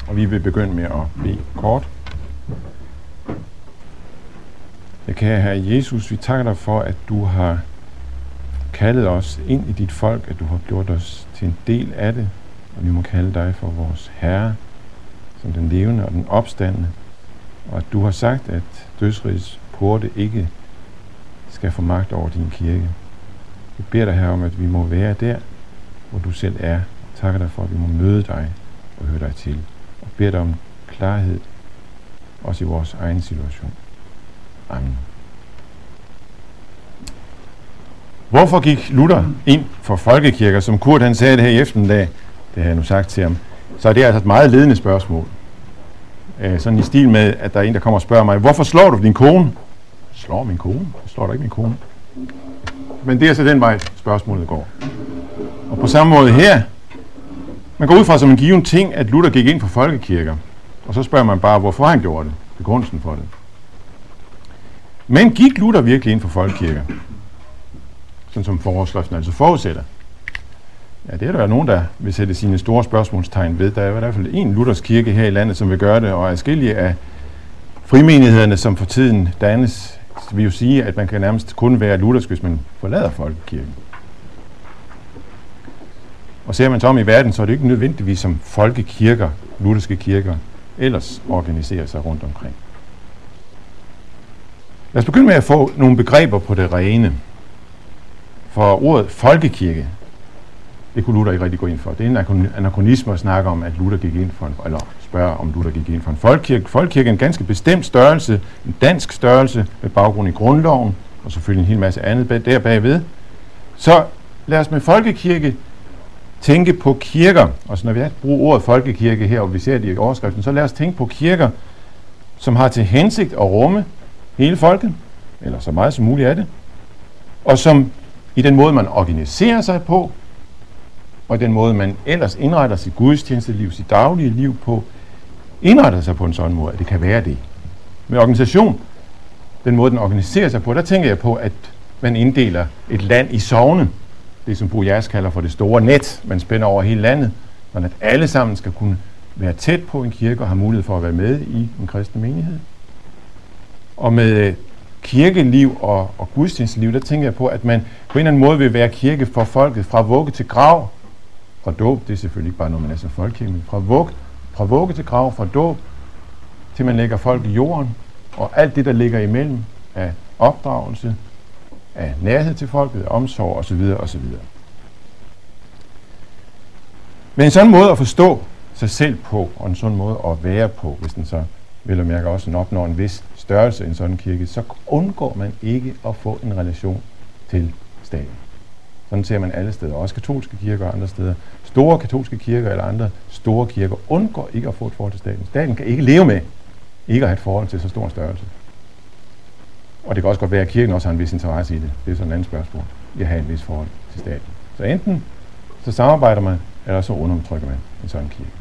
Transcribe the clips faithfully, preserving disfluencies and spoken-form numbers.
Og vi vil begynde med at bede kort. Jeg kan, Herre Jesus, vi takker dig for, at du har kaldet os ind i dit folk, at du har gjort os til en del af det, og vi må kalde dig for vores Herre, som den levende og den opstandne, og at du har sagt, at dødsrigets porte ikke skal få magt over din kirke. Vi beder dig, Herre, om, at vi må være der, hvor du selv er, og takker dig for, at vi må møde dig og høre dig til, og beder dig om klarhed, også i vores egen situation. Amen. Hvorfor gik Luther ind for folkekirker, som Kurt han sagde det her i eftermiddag? Det har jeg nu sagt til ham. Så er det altså et meget ledende spørgsmål. Øh, sådan i stil med, at der er en, der kommer og spørger mig, hvorfor slår du din kone? Slår min kone? Jeg slår da ikke min kone. Men det er så den vej, spørgsmålet går. Og på samme måde her, man går ud fra som en given ting, at Luther gik ind for folkekirker. Og så spørger man bare, hvorfor han gjorde det. Begrundelsen for det. Men gik Luther virkelig ind for folkekirker? Sådan som forårsskriften altså forudsætter. Ja, det er der nogen, der vil sætte sine store spørgsmålstegn ved. Der er i hvert fald en Luthers kirke her i landet, som vil gøre det, og adskillige af frimenighederne, som for tiden dannes, vil jo sige, at man kan nærmest kun være luthersk, hvis man forlader folkekirken. Og ser man så om i verden, så er det ikke nødvendigvis som folkekirker, lutherske kirker, ellers organiserer sig rundt omkring. Lad os begynde med at få nogle begreber på det rene. For ordet folkekirke, det kunne Luther ikke rigtig gå ind for. Det er en anachronisme at snakke om, at Luther gik ind for en, eller spørge om Luther gik ind for en folkekirke. Folkekirke er en ganske bestemt størrelse, en dansk størrelse med baggrund i grundloven, og selvfølgelig en hel masse andet der bagved. Så lad os med folkekirke tænke på kirker, og så når vi bruger ordet folkekirke her, og vi ser det i overskriften, så lad os tænke på kirker, som har til hensigt at rumme hele folket, eller så meget som muligt af det, og som i den måde, man organiserer sig på, og i den måde, man ellers indretter sit gudstjenesteliv, sit daglige liv på, indretter sig på en sådan måde, at det kan være det. Med organisation, den måde, den organiserer sig på, der tænker jeg på, at man inddeler et land i sogne, det som Bo Jærs kalder for det store net, man spænder over hele landet, sådan at alle sammen skal kunne være tæt på en kirke og have mulighed for at være med i en kristen menighed. Og med kirkeliv og, og gudstjenesteliv, der tænker jeg på, at man på en eller anden måde vil være kirke for folket fra vugge til grav. Fra dåb, det er selvfølgelig ikke bare, når man er så folkekirke, men fra vugge, fra vugge til grav, fra dåb, til man lægger folk i jorden, og alt det, der ligger imellem af opdragelse, af nærhed til folket, af omsorg osv. osv. Men en sådan måde at forstå sig selv på, og en sådan måde at være på, hvis den så vil og mærke også opnår en vis størrelse i en sådan kirke, så undgår man ikke at få en relation til staten. Sådan ser man alle steder, også katolske kirker og andre steder. Store katolske kirker eller andre store kirker undgår ikke at få et forhold til staten. Staten kan ikke leve med ikke at have et forhold til så stor en størrelse. Og det kan også godt være, at kirken også har en vis interesse i det. Det er sådan et andet spørgsmål. Jeg har et vis forhold til staten. Så enten så samarbejder man, eller så undertrykker man en sådan kirke.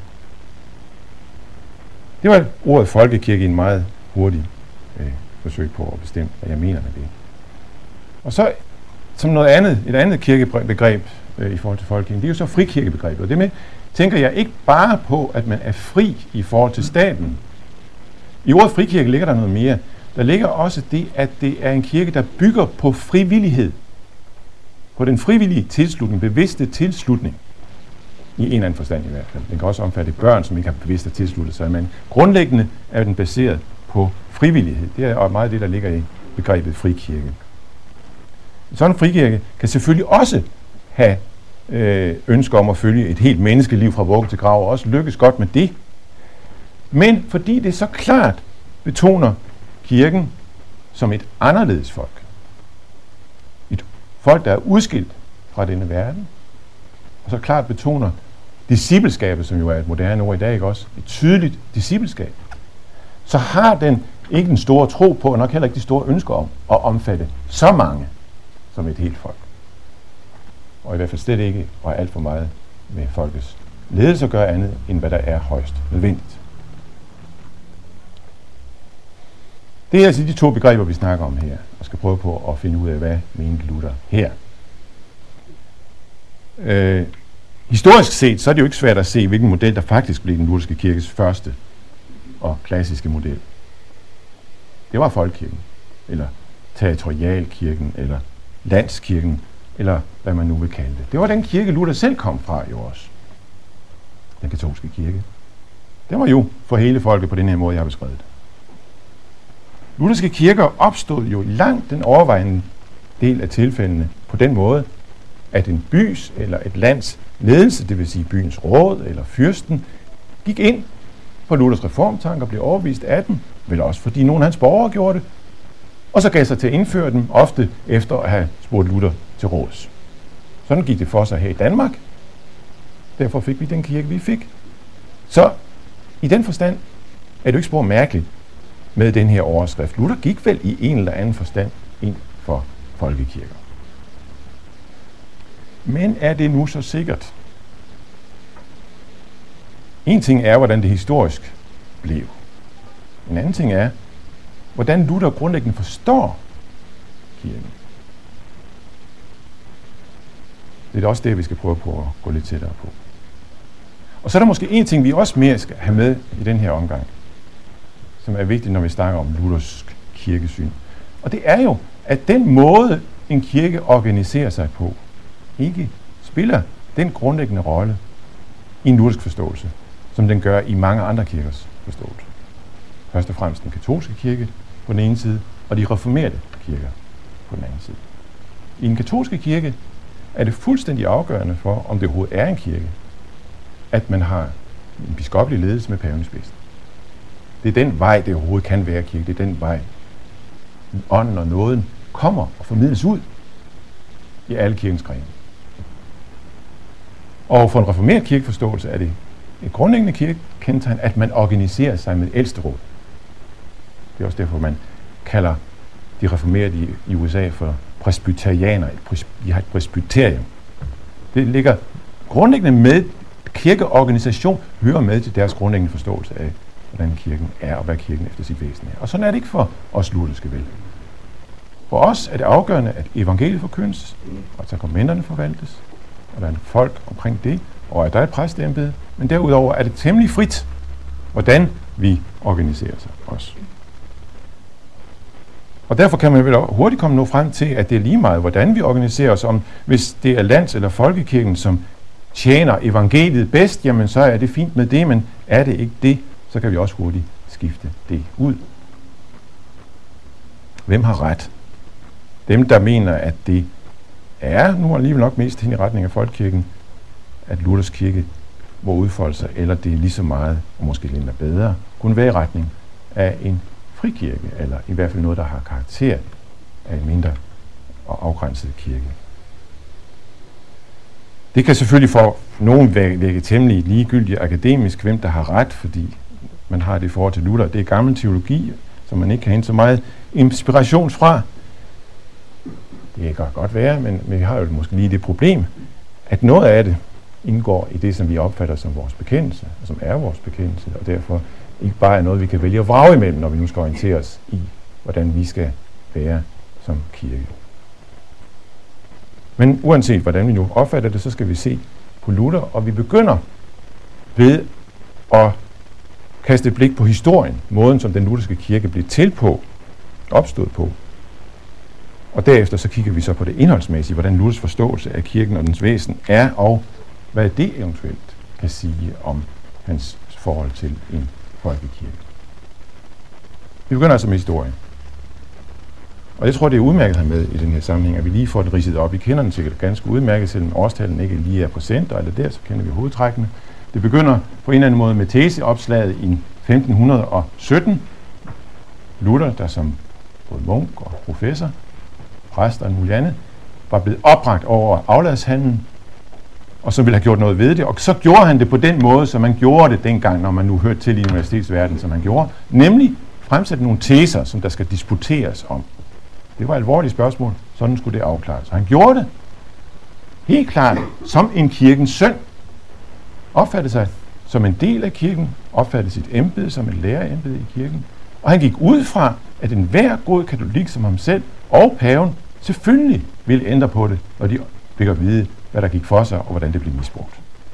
Det var ordet folkekirke i en meget hurtig øh, forsøg på at bestemme, hvad jeg mener med det. Og så som noget andet, et andet kirkebegreb øh, i forhold til folkekirken, det er jo så frikirkebegrebet. Og det med tænker jeg ikke bare på, at man er fri i forhold til staten. I ordet frikirke ligger der noget mere. Der ligger også det, at det er en kirke, der bygger på frivillighed. På den frivillige tilslutning, bevidste tilslutning. I en eller anden forstand i hvert fald. Den kan også omfatte børn, som ikke har bevidst at tilslutte sig. Men grundlæggende er den baseret på frivillighed. Det er meget det, der ligger i begrebet frikirke. En sådan frikirke kan selvfølgelig også have øh, ønsker om at følge et helt menneskeliv fra vugge til grav, og også lykkes godt med det. Men fordi det så klart betoner kirken som et anderledes folk. Et folk, der er udskilt fra denne verden, og så klart betoner discipleskabet, som jo er et moderne ord i dag, ikke også? Et tydeligt discipleskab. Så har den ikke den store tro på, og nok heller ikke de store ønsker om at omfatte så mange som et helt folk. Og i hvert fald slet ikke, og alt for meget med folkets ledelse at gøre andet, end hvad der er højst nødvendigt. Det er altså de to begreber, vi snakker om her, og skal prøve på at finde ud af, hvad mente Luther her. Øh, Historisk set, så er det jo ikke svært at se, hvilken model, der faktisk blev den lutherske kirkes første og klassiske model. Det var folkekirken, eller territorialkirken, eller landskirken, eller hvad man nu vil kalde det. Det var den kirke, Luther selv kom fra jo også. Den katolske kirke. Den var jo for hele folket på den her måde, jeg har beskrevet det. Lutherske kirker opstod jo langt den overvejende del af tilfældene på den måde, at en bys eller et lands ledelse, det vil sige byens råd eller fyrsten, gik ind på Luthers reformtanker, blev overbevist af dem, vel også fordi nogle af hans borgere gjorde det, og så gav sig til at indføre dem, ofte efter at have spurgt Luther til råds. Sådan gik det for sig her i Danmark. Derfor fik vi den kirke, vi fik. Så i den forstand er det jo ikke spor mærkeligt med den her overskrift. Luther gik vel i en eller anden forstand ind for folkekirker. Men er det nu så sikkert? En ting er, hvordan det historisk blev. En anden ting er, hvordan Luther grundlæggende forstår kirken. Det er også det, vi skal prøve på at gå lidt tættere på. Og så er der måske en ting, vi også mere skal have med i den her omgang, som er vigtigt, når vi snakker om luthersk kirkesyn. Og det er jo, at den måde, en kirke organiserer sig på, ikke spiller den grundlæggende rolle i en luthersk forståelse, som den gør i mange andre kirkers forståelse. Først og fremmest den katolske kirke på den ene side, og de reformerte kirker på den anden side. I en katolske kirke er det fuldstændig afgørende for, om det overhovedet er en kirke, at man har en biskopelig ledelse med paven i spidsen. Det er den vej, det overhovedet kan være kirke. Det er den vej, ånden og nåden kommer og formidles ud i alle kirkens grene. Og for en reformeret kirkeforståelse er det et grundlæggende kirkekendetegn, at man organiserer sig med ældsteråd. Det er også derfor, man kalder de reformerede i, i U S A for presbyterianer. De har et presbyterium. Det ligger grundlæggende med, kirkeorganisation hører med til deres grundlæggende forståelse af, hvordan kirken er og hvad kirken efter sit væsen er. Og sådan er det ikke for os lutherske vel. For os er det afgørende, at evangeliet forkyndes, og at sakramenterne forvaltes, og der er folk omkring det, og at der er et præsteembede, men derudover er det temmelig frit, hvordan vi organiserer sig også. Og derfor kan man vel hurtigt komme nu frem til, at det er lige meget, hvordan vi organiserer os, om hvis det er lands- eller folkekirken, som tjener evangeliet bedst, jamen så er det fint med det, men er det ikke det, så kan vi også hurtigt skifte det ud. Hvem har ret? Dem, der mener, at det er nu alligevel nok mest hen i retning af folkekirken, at Luthers kirke må udfolde sig, eller det er lige så meget, og måske lidt bedre, kunne være i retning af en frikirke, eller i hvert fald noget, der har karakter af en mindre og afgrænset kirke. Det kan selvfølgelig for nogen virke temmelig ligegyldigt akademisk, hvem der har ret, fordi man har det i forhold til Luther. Det er gammel teologi, som man ikke kan hente så meget inspiration fra. Det kan godt være, men, men vi har jo måske lige det problem, at noget af det indgår i det, som vi opfatter som vores bekendelse, og som er vores bekendelse, og derfor ikke bare er noget, vi kan vælge at vrage imellem, når vi nu skal orientere os i, hvordan vi skal være som kirke. Men uanset hvordan vi nu opfatter det, så skal vi se på Luther, og vi begynder ved at kaste et blik på historien, måden som den lutherske kirke blev til på, opstod på. Og derefter så kigger vi så på det indholdsmæssige, hvordan Luthers forståelse af kirken og dens væsen er, og hvad det eventuelt kan sige om hans forhold til en folkekirke. Vi begynder altså med historien. Og jeg tror, det er udmærket her med i den her sammenhæng, at vi lige får det ridset op. I kender den sikkert ganske udmærket, selvom årstallen ikke lige er procenter eller der, så kender vi hovedtrækkene. Det begynder på en eller anden måde med teseopslaget i femten sytten. Luther, der som både munk og professor, præst og en mulig andet, var blevet opbragt over afladshandlen, og så ville have gjort noget ved det. Og så gjorde han det på den måde, som man gjorde det dengang, når man nu hørte til i universitetsverdenen, som han gjorde. Nemlig fremsætte nogle teser, som der skal disputeres om. Det var et alvorligt spørgsmål, sådan skulle det afklares. Så han gjorde det helt klart som en kirkens søn. Opfattede sig som en del af kirken, opfattede sit embede som et lærerembede i kirken. Og han gik ud fra, at enhver god katolik som ham selv og paven selvfølgelig ville ændre på det, når de fik at vide, hvad der gik for sig og hvordan det blev misbrugt.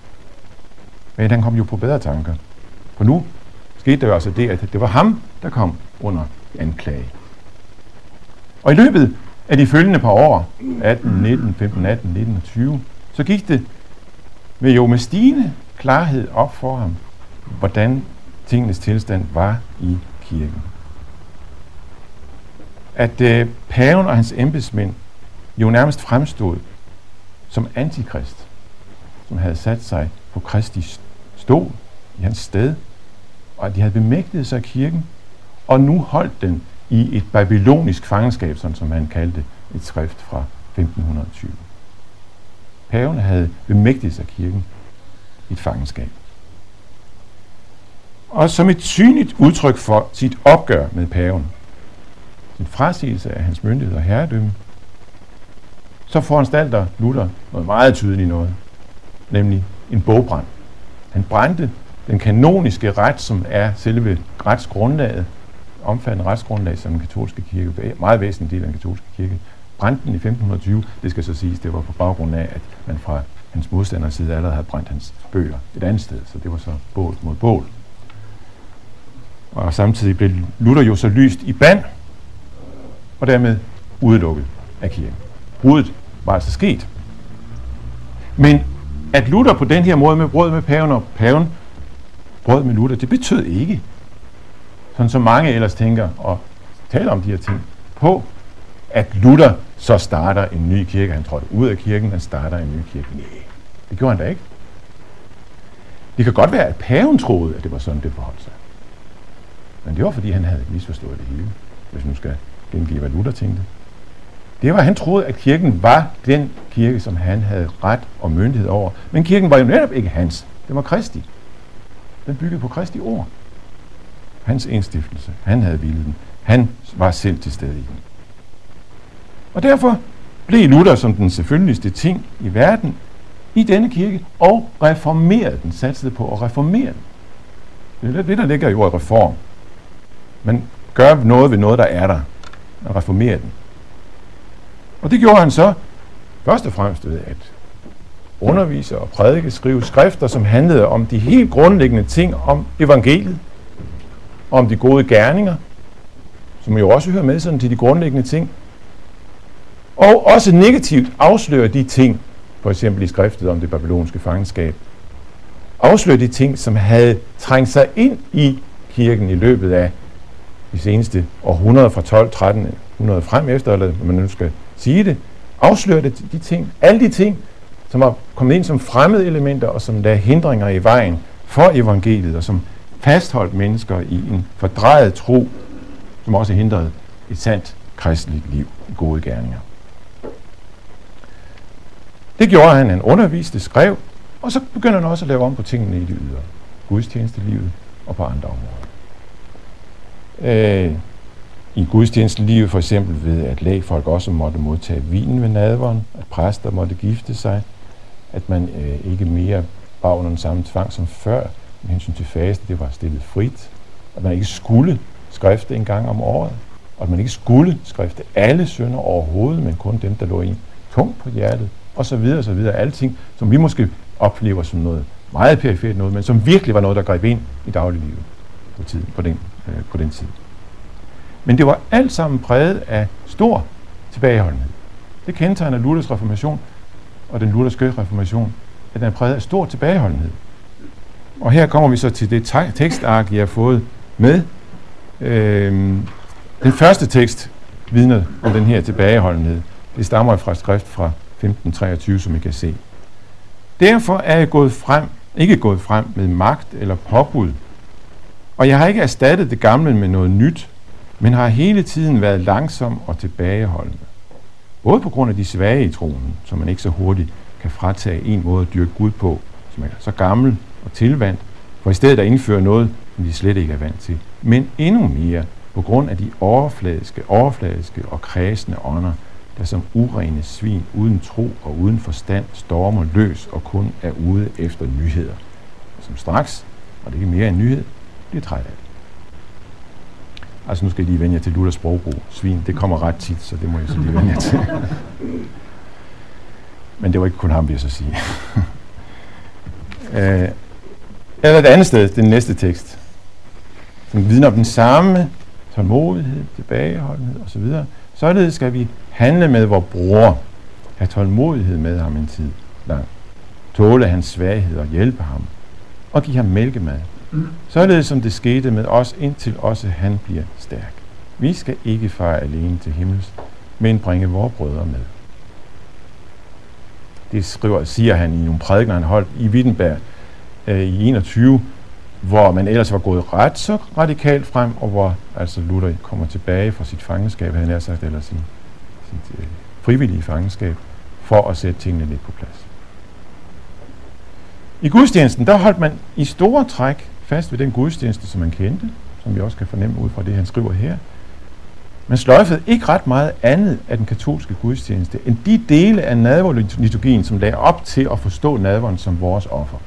Men han kom jo på bedre tanker. For nu skete der jo altså det, at det var ham, der kom under anklage. Og i løbet af de følgende par år, atten, nitten, femten, atten, nitten og tyve, så gik det med jo med stigende klarhed op for ham, hvordan tingenes tilstand var i kirken. At øh, paven og hans embedsmænd jo nærmest fremstod som antikrist, som havde sat sig på Kristi stol i hans sted, og at de havde bemægtiget sig kirken, og nu holdt den i et babylonisk fangenskab, sådan som han kaldte et skrift fra femten tyve. Paven havde bemægtiget sig kirken i et fangenskab. Og som et synligt udtryk for sit opgør med paven, sin frasigelse af hans myndighed og herredømme, så foranstalter Luther noget meget tydeligt noget, nemlig en bogbrand. Han brændte den kanoniske ret, som er selve retsgrundlaget, omfattende retsgrundlag, som den katolske kirke, meget væsentlig del af den katolske kirke, brændte den i femten tyve. Det skal så siges, det var på baggrund af, at man fra hans modstanders side allerede havde brændt hans bøger et andet sted, så det var så bål mod bål. Og samtidig blev Luther jo så lyst i band, og dermed udelukket af kirken. Bruddet var altså sket. Men at Luther på den her måde med brød med paven og paven brød med Luther, det betød ikke, sådan som mange ellers tænker og taler om de her ting, på at Luther så starter en ny kirke. Han trådte ud af kirken, han starter en ny kirke. Nej, det gjorde han da ikke. Det kan godt være, at paven troede, at det var sådan, det forholdt sig. Men det var, fordi han havde misforstået det hele, hvis nu skal gengive, hvad Luther tænkte. Det var, at han troede, at kirken var den kirke, som han havde ret og myndighed over. Men kirken var jo netop ikke hans. Det var Kristi. Den byggede på Kristi ord. Hans indstiftelse. Han havde villet den. Han var selv til stede i den. Og derfor blev Luther som den selvfølgeligste ting i verden i denne kirke og reformerede den. Satsede på at reformere den. Det er det, der ligger i ordet reform. Man gør noget ved noget, der er der. Og reformerer den. Og det gjorde han så først og fremmest ved at undervise og prædike, skrive skrifter, som handlede om de helt grundlæggende ting om evangeliet, om de gode gerninger, som jo også hører med sådan til de grundlæggende ting, og også negativt afslører de ting, for eksempel i skriftet om det babylonske fangenskab, afslører de ting, som havde trængt sig ind i kirken i løbet af de seneste århundreder fra tolv tretten hundrede frem efter, eller når man nu skal sige det, afslører det de ting, alle de ting, som er kommet ind som fremmede elementer, og som lagde hindringer i vejen for evangeliet, og som fastholdt mennesker i en fordrejet tro, som også hindrede et sandt kristeligt liv i gode gerninger. Det gjorde han, han underviste, skrev, og så begynder han også at lave om på tingene i det ydre, gudstjenestelivet og på andre områder. Øh, I gudstjenestelivet for eksempel ved, at lægfolk også måtte modtage vinen ved nadveren, at præster måtte gifte sig, at man øh, ikke mere var under den samme tvang som før, med hensyn til faste, det var stillet frit, at man ikke skulle skrifte en gang om året, og at man ikke skulle skrifte alle synder overhovedet, men kun dem, der lå en tungt på hjertet, og så videre, og så videre. Alle ting, som vi måske oplever som noget meget perifert noget, men som virkelig var noget, der greb ind i dagliglivet på, tiden, på, den, øh, på den tid. Men det var alt sammen præget af stor tilbageholdenhed. Det kendetegner Luthers reformation og den lutherske reformation, at den er præget af stor tilbageholdenhed. Og her kommer vi så til det te- tekstark, jeg har fået med. Øhm, den første tekst vidner om den her tilbageholdenhed. Det stammer fra et skrift fra femten treogtyve, som I kan se. Derfor er jeg gået frem, ikke gået frem med magt eller påbud, og jeg har ikke erstattet det gamle med noget nyt, men har hele tiden været langsom og tilbageholdende. Både på grund af de svage i troen, som man ikke så hurtigt kan fratage en måde at dyrke Gud på, som er så gammel og tilvandt, for i stedet at indføre noget, som de slet ikke er vant til. Men endnu mere på grund af de overfladiske, overfladiske og kredsende ånder, der som urene svin uden tro og uden forstand stormer løs og kun er ude efter nyheder. Som straks, og det er ikke mere en nyhed, bliver træt af det. Altså nu skal jeg lige vende jer til Luthers sprogbrug. Svin, det kommer ret tit, så det må jeg så lige vende jer til. Men det var ikke kun ham, vil jeg så sige. øh, Eller et andet sted, den næste tekst, som vidner om den samme tålmodighed, tilbageholdenhed osv. Således skal vi handle med vor bror, have tålmodighed med ham en tid lang, tåle hans svaghed og hjælpe ham, og give ham mælkemad. Således som det skete med os, indtil også han bliver stærk. Vi skal ikke fare alene til himmels, men bringe vores brødre med. Det skriver, siger han i nogle prædikener, han holdt i Wittenberg øh, i enogtyve, hvor man ellers var gået ret så radikalt frem, og hvor altså Luther kommer tilbage fra sit fangenskab, havde han sagt, eller sin, sit øh, frivillige fangenskab, for at sætte tingene lidt på plads. I gudstjenesten, der holdt man i store træk fast ved den gudstjeneste, som man kendte, som vi også kan fornemme ud fra det, han skriver her. Man sløjfede ikke ret meget andet af den katolske gudstjeneste, end de dele af nadverliturgien, som lagde op til at forstå nadveren som vores offer.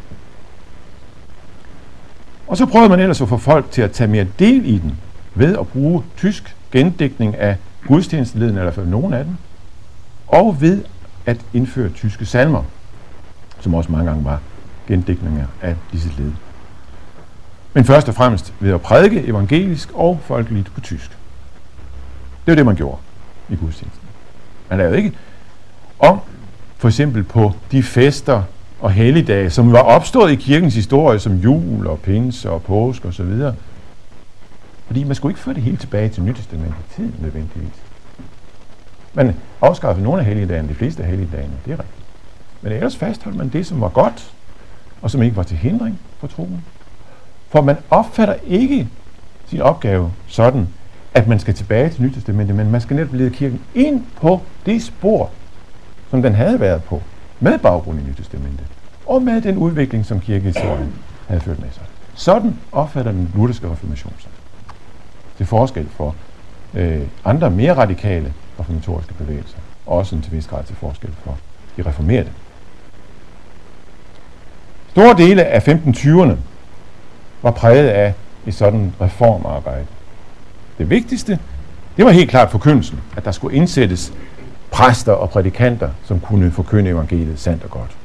Og så prøvede man ellers at få folk til at tage mere del i den, ved at bruge tysk gendækning af gudstjenesteledene, eller i hvert fald nogen af dem, og ved at indføre tyske salmer, som også mange gange var gendækninger af disse led. Men først og fremmest ved at prædike evangelisk og folkeligt på tysk. Det var det, man gjorde i gudstjenesten. Man lavede ikke om, for eksempel på de fester og helligdage, som var opstået i kirkens historie, som jul og pinse og påske og så videre. Fordi man skulle ikke føre det hele tilbage til Nytestamentet i tiden nødvendigvis. Man afskaffede nogle af helligdagene, de fleste af helligdagene, det er rigtigt. Men ellers fastholdt man det, som var godt, og som ikke var til hindring for troen. For man opfatter ikke sin opgave sådan, at man skal tilbage til Nytestamentet, men man skal netop lede kirken ind på det spor, som den havde været på, med baggrund i Nytestamentet, og med den udvikling, som kirkehistorien havde ført med sig. Sådan opfatter den lutherske reformation sig. Til forskel for øh, andre mere radikale reformatoriske bevægelser, og også en til vis grad til forskel for de reformerede. Store dele af femten tyverne var præget af et sådan reformarbejde. Det vigtigste, det var helt klart forkyndelsen, at der skulle indsættes præster og prædikanter, som kunne forkynde evangeliet sandt og godt.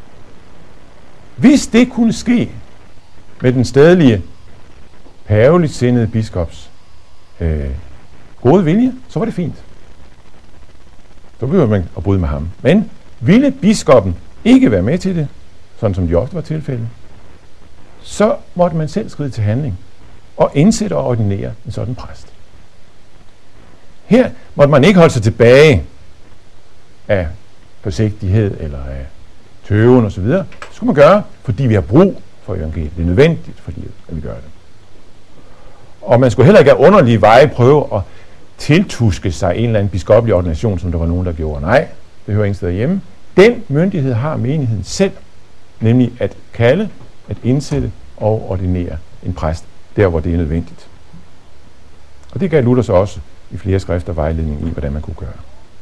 Hvis det kunne ske med den stedlige, paveligt sindede biskops øh, gode vilje, så var det fint. Så behøver man at bryde med ham. Men ville biskoppen ikke være med til det, sådan som de ofte var tilfældet, så måtte man selv skride til handling og indsætte og ordinere en sådan præst. Her måtte man ikke holde sig tilbage af forsigtighed eller af tøven osv. Det skulle man gøre, fordi vi har brug for evangeliet. Det er nødvendigt, fordi at vi gør det. Og man skulle heller ikke af underlige veje prøve at tiltuske sig en eller anden biskopelig ordination, som der var nogen, der gjorde. Nej, det hører ingen steder hjemme. Den myndighed har menigheden selv, nemlig at kalde, at indsætte og ordinere en præst, der hvor det er nødvendigt. Og det gav Luther så også i flere skrifter vejledning i, hvordan man kunne gøre.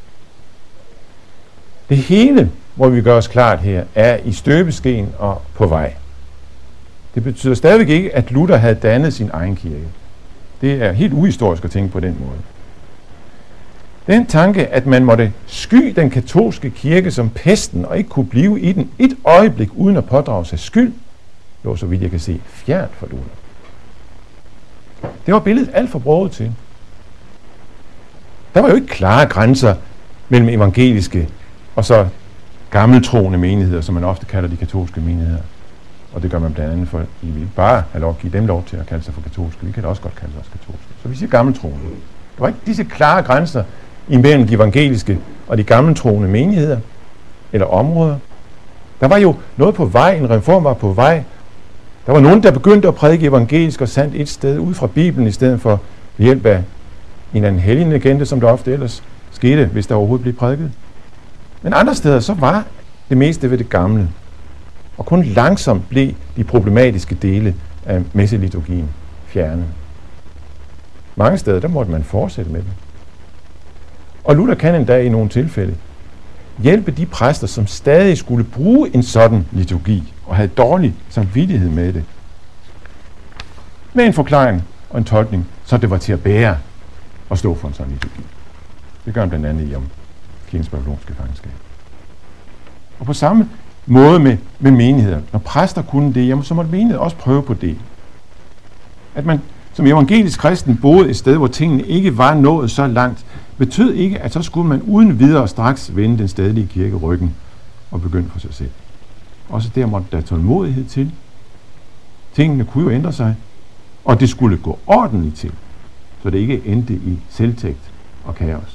Det hele, hvor vi gør os klart her, er i støbeskeen og på vej. Det betyder stadigvæk ikke, at Luther havde dannet sin egen kirke. Det er helt uhistorisk at tænke på den måde. Den tanke, at man måtte sky den katolske kirke som pesten og ikke kunne blive i den et øjeblik uden at pådrage sig skyld, lå, så vidt jeg kan se, fjernt for Luther. Det var billedet alt for broget til. Der var jo ikke klare grænser mellem evangeliske og så gammeltroende menigheder, som man ofte kalder de katolske menigheder. Og det gør man blandt andet for, at I vil bare have lov at give dem lov til at kalde sig for katolske. Vi kan da også godt kalde os katolske. Så vi siger gammeltroende. Der var ikke disse klare grænser imellem de evangeliske og de gammeltroende menigheder eller områder. Der var jo noget på vej, en reform var på vej. Der var nogen, der begyndte at prædike evangelisk og sandt et sted ud fra Bibelen, i stedet for ved hjælp af en anden hellig legende, som der ofte ellers skete, hvis der overhovedet blev prædiket. Men andre steder, så var det meste ved det gamle. Og kun langsomt blev de problematiske dele af messeliturgien fjernet. Mange steder, der måtte man fortsætte med det. Og Luther kan endda i nogle tilfælde hjælpe de præster, som stadig skulle bruge en sådan liturgi, og havde dårlig samvittighed med det, med en forklaring og en tolkning, så det var til at bære og stå for en sådan liturgi. Det gør han blandt andet i om kirkens babylonske fangenskab. Og på samme måde med, med menigheder. Når præster kunne det, jamen, så måtte menigheder også prøve på det. At man som evangelisk kristen boede et sted, hvor tingene ikke var nået så langt, betød ikke, at så skulle man uden videre straks vende den stedlige kirke ryggen og begynde for sig selv. Også der måtte der tålmodighed til. Tingene kunne jo ændre sig, og det skulle gå ordentligt til, så det ikke endte i selvtægt og kaos.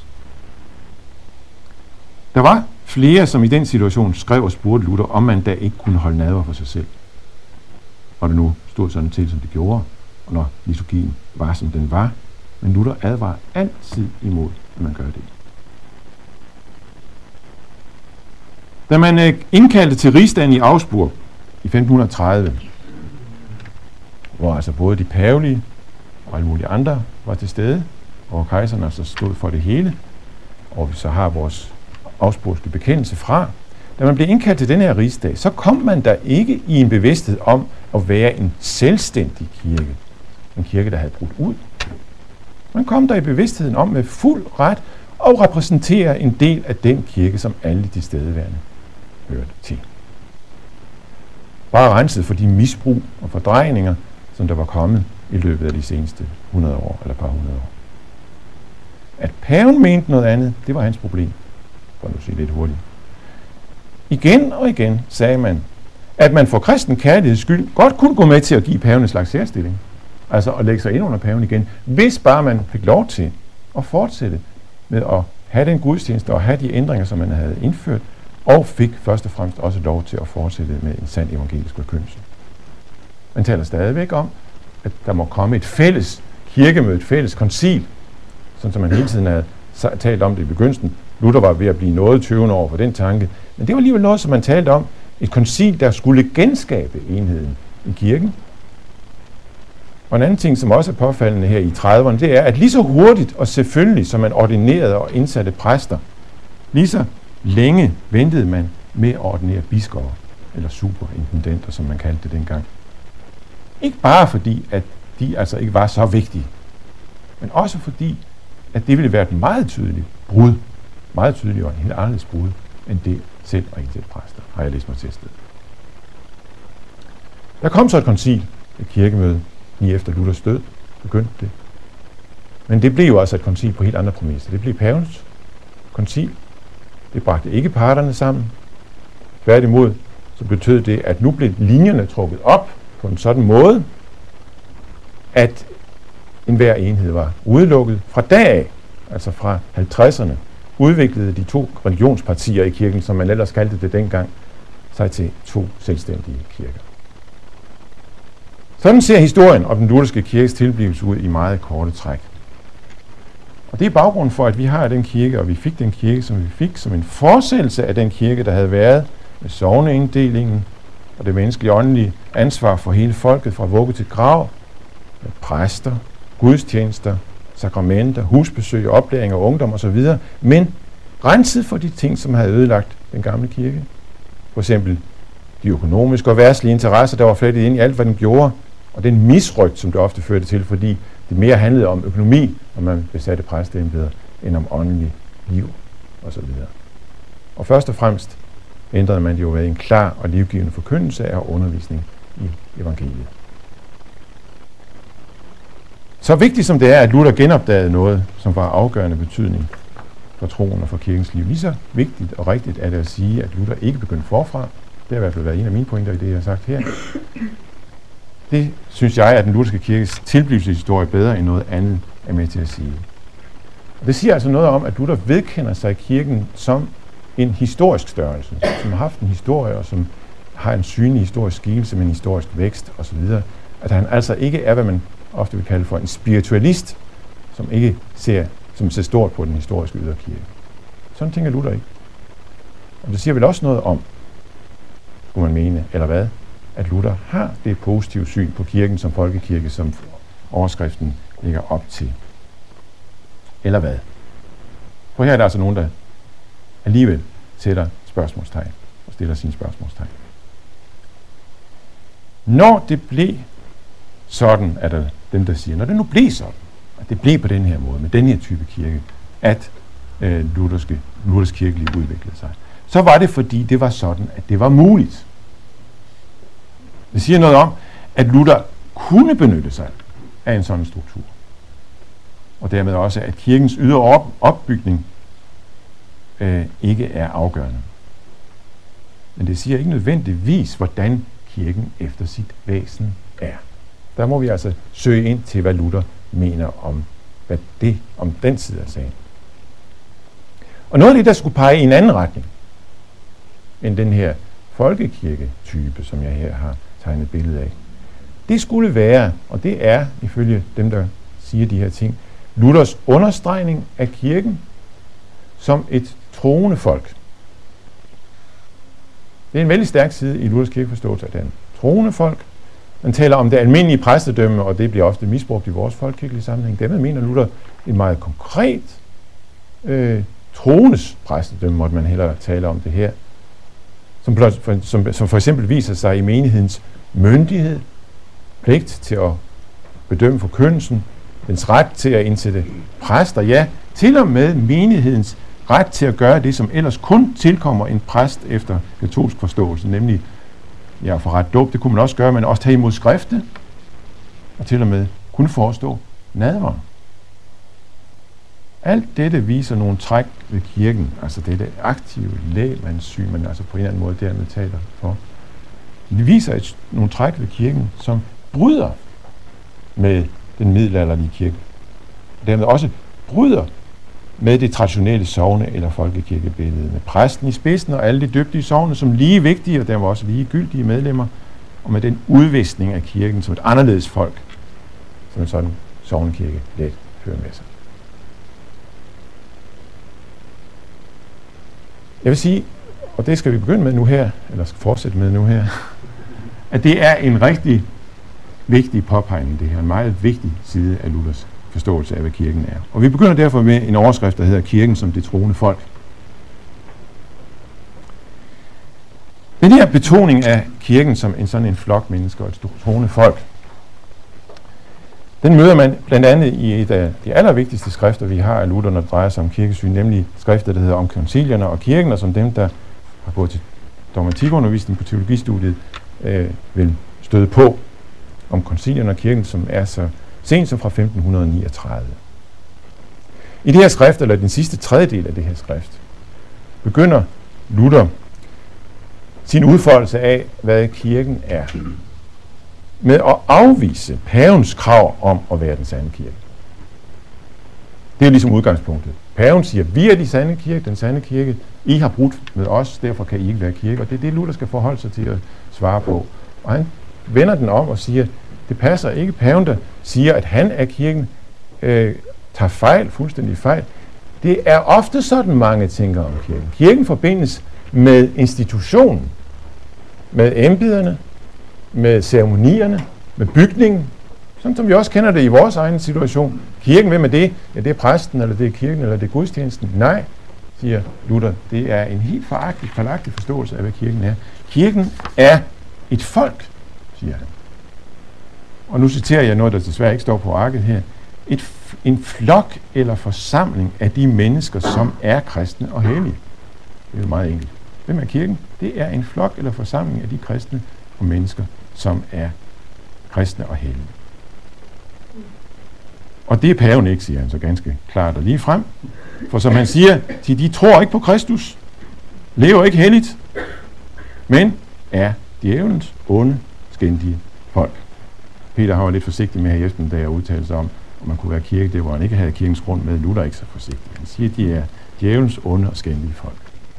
Der var flere, som i den situation skrev og spurgte Luther, om man da ikke kunne holde nadver for sig selv. Og det nu stod sådan til, som det gjorde, og når liturgien var, som den var. Men Luther advarer altid imod, at man gør det. Da man indkaldte til rigsdagen i Augsburg i femten tredive, hvor altså både de pavelige og alle mulige andre var til stede, og kejseren altså stod for det hele, og vi så har vores augsburgske bekendelse fra. Da man blev indkaldt til den her rigsdag, så kom man der ikke i en bevidsthed om at være en selvstændig kirke. En kirke, der havde brudt ud. Man kom der i bevidstheden om med fuld ret at repræsentere en del af den kirke, som alle de stedeværende hørte til. Bare renset for de misbrug og fordrejninger, som der var kommet i løbet af de seneste hundrede år, eller par hundrede år. At paven mente noget andet, det var hans problem, for nu sige lidt hurtigt. Igen og igen sagde man, at man for kristen kærligheds skyld godt kunne gå med til at give paven en slags særstilling. Altså at lægge sig ind under paven igen, hvis bare man fik lov til at fortsætte med at have den gudstjeneste og have de ændringer, som man havde indført, og fik først og fremmest også lov til at fortsætte med en sand evangelisk forkyndelse. Man taler stadigvæk om, at der må komme et fælles kirkemøde, et fælles koncil, sådan som man hele tiden havde talt om det i begyndelsen. Luther var ved at blive noget tøvende over for den tanke, men det var alligevel noget, som man talte om, et koncil, der skulle genskabe enheden i kirken. Og en anden ting, som også er påfaldende her i trediverne, det er, at lige så hurtigt og selvfølgelig, som man ordinerede og indsatte præster, lige så længe ventede man med at ordinere biskopper, eller superintendenter, som man kaldte det dengang. Ikke bare fordi, at de altså ikke var så vigtige, men også fordi, at det ville være et meget tydeligt brud, meget tydeligt og en helt anderledes brud, end det selv og indsætte præster, har jeg læst mig til sted. Der kom så et koncil, et kirkemøde, lige efter Luthers død, begyndte det. Men det blev jo også et koncil på helt andre præmisser. Det blev pavens koncil. Det bragte ikke parterne sammen. Tværtimod, så betød det, at nu blev linjerne trukket op på en sådan måde, at enhver enhed var udelukket. Fra dag af, altså fra halvtredserne, udviklede de to religionspartier i kirken, som man ellers kaldte det dengang, sig til to selvstændige kirker. Sådan ser historien om den lutherske kirkes tilblivelse ud i meget korte træk. Og det er baggrunden for, at vi har den kirke, og vi fik den kirke, som vi fik, som en fortsættelse af den kirke, der havde været med sogneinddelingen og det menneskelige åndelige ansvar for hele folket fra vugge til grav, med præster, gudstjenester, sakramenter, husbesøg, oplæring og ungdom osv., men renset for de ting, som havde ødelagt den gamle kirke. For eksempel de økonomiske og verdslige interesser, der var flettet ind i alt, hvad den gjorde, og den misrygt, som det ofte førte til, fordi det mere handlede om økonomi, når man besatte præsteembeder, end om åndelig liv osv. Og først og fremmest ændrede man det jo ved en klar og livgivende forkyndelse af undervisning i evangeliet. Så vigtigt som det er, at Luther genopdagede noget, som var af afgørende betydning for troen og for kirkens liv, lige så vigtigt og rigtigt er det at sige, at Luther ikke begyndte forfra. Det har i hvert fald været en af mine pointer i det, jeg har sagt her. Det synes jeg, at den lutherske kirkes tilblivelseshistorie bedre end noget andet er med til at sige. Og det siger altså noget om, at Luther vedkender sig kirken som en historisk størrelse, som har haft en historie, og som har en synlig historisk skikkelse med en historisk vækst osv. At han altså ikke er, hvad man ofte vil kalde for en spiritualist, som ikke ser, som ser stort på den historiske yderkirke. Sådan tænker Luther ikke. Og det siger vel også noget om, kunne man mene, eller hvad, at Luther har det positive syn på kirken som folkekirke, som overskriften ligger op til. Eller hvad? For her er der altså nogen, der alligevel sætter spørgsmålstegn og stiller sine spørgsmålstegn. Når det blev sådan, er der dem, der siger, når det nu blev sådan, at det blev på den her måde, med den her type kirke, at øh, lutherske, luthersk kirkeliv udviklede sig, så var det fordi det var sådan, at det var muligt. Det siger noget om, at Luther kunne benytte sig af en sådan struktur. Og dermed også, at kirkens ydre op- opbygning øh, ikke er afgørende. Men det siger ikke nødvendigvis, hvordan kirken efter sit væsen er. Der må vi altså søge ind til, hvad Luther mener om, hvad det, om den side af sagen. Og noget af det, der skulle pege i en anden retning, end den her folkekirketype, som jeg her har tegnet billede af, det skulle være, og det er ifølge dem, der siger de her ting, Luthers understregning af kirken som et troende folk. Det er en vældig stærk side i Luthers kirkeforståelse af den. Troende folk. Man taler om det almindelige præstedømme, og det bliver ofte misbrugt i vores folkekirkelige sammenhæng. Dermed mener Luther et meget konkret øh, troendes præstedømme, måtte man hellere tale om det her, som for, som, som for eksempel viser sig i menighedens myndighed, pligt til at bedømme forkyndelsen, dens ret til at indsætte præster, ja, til og med menighedens ret til at gøre det, som ellers kun tilkommer en præst efter katolsk forståelse, nemlig ja, for ret dåb, det kunne man også gøre, men også tage imod skrifte, og til og med kunne forestå nadveren. Alt dette viser nogle træk ved kirken, altså dette aktive lægmandssyn, man altså på en eller anden måde dermed taler for. Det viser et, nogle træk ved kirken, som bryder med den middelalderlige kirke. Og dermed også bryder med det traditionelle sogne- eller folkekirkebillede, med præsten i spidsen og alle de dygtige sogne som lige vigtige, og dermed også lige gyldige medlemmer, og med den udviskning af kirken som et anderledes folk, som en sådan sognekirke let fører med sig. Jeg vil sige, og det skal vi begynde med nu her, eller skal fortsætte med nu her, at det er en rigtig vigtig påpegning, det her, en meget vigtig side af Luthers forståelse af, hvad kirken er. Og vi begynder derfor med en overskrift, der hedder Kirken som det troende folk. Den her betoning af kirken som en sådan en flok mennesker og et troende folk, den møder man blandt andet i et af de allervigtigste skrifter, vi har af Luther, når det drejer sig om kirkesyn, nemlig skrifter, der hedder Om koncilierne og kirken, og som dem, der har gået til dogmatikundervisning på teologistudiet, øh, vil støde på. Om koncilierne og kirken, som er så sent som fra femten niogtredive. I det her skrift, eller den sidste tredjedel af det her skrift, begynder Luther sin udfoldelse af, hvad kirken er, med at afvise pavens krav om at være den sande kirke. Det er ligesom udgangspunktet. Paven siger, vi er de sande kirke, den sande kirke. I har brudt med os, derfor kan I ikke være kirke. Og det er det, Luther skal forholde sig til at svare på. Og han vender den om og siger, det passer ikke. Paven, der siger, at han er kirken, øh, tager fejl, fuldstændig fejl. Det er ofte sådan, mange tænker om kirken. Kirken forbindes med institutionen, med embederne, med ceremonierne, med bygningen, sådan som vi også kender det i vores egen situation. Kirken, hvem er det? Ja, det er præsten, eller det er kirken, eller det er gudstjenesten. Nej, siger Luther, det er en helt foragtig, forlagtig forståelse af, hvad kirken er. Kirken er et folk, siger han. Og nu citerer jeg noget, der desværre ikke står på arket her. Et, en flok eller forsamling af de mennesker, som er kristne og hellige. Det er jo meget enkelt. Hvem er kirken? Det er en flok eller forsamling af de kristne og mennesker, som er kristne og hellige. Og det er paven ikke, siger han så ganske klart og lige frem. For som han siger, de, de tror ikke på Kristus, lever ikke helligt, men er djævelens onde, skændige folk. Peter har jo lidt forsigtig med her Jespen, da jeg udtalte sig om, om man kunne være kirke, det hvor han ikke havde kirkens grund med. Luther ikke så forsigtig. Han siger, at de er djævelens onde og skændige folk.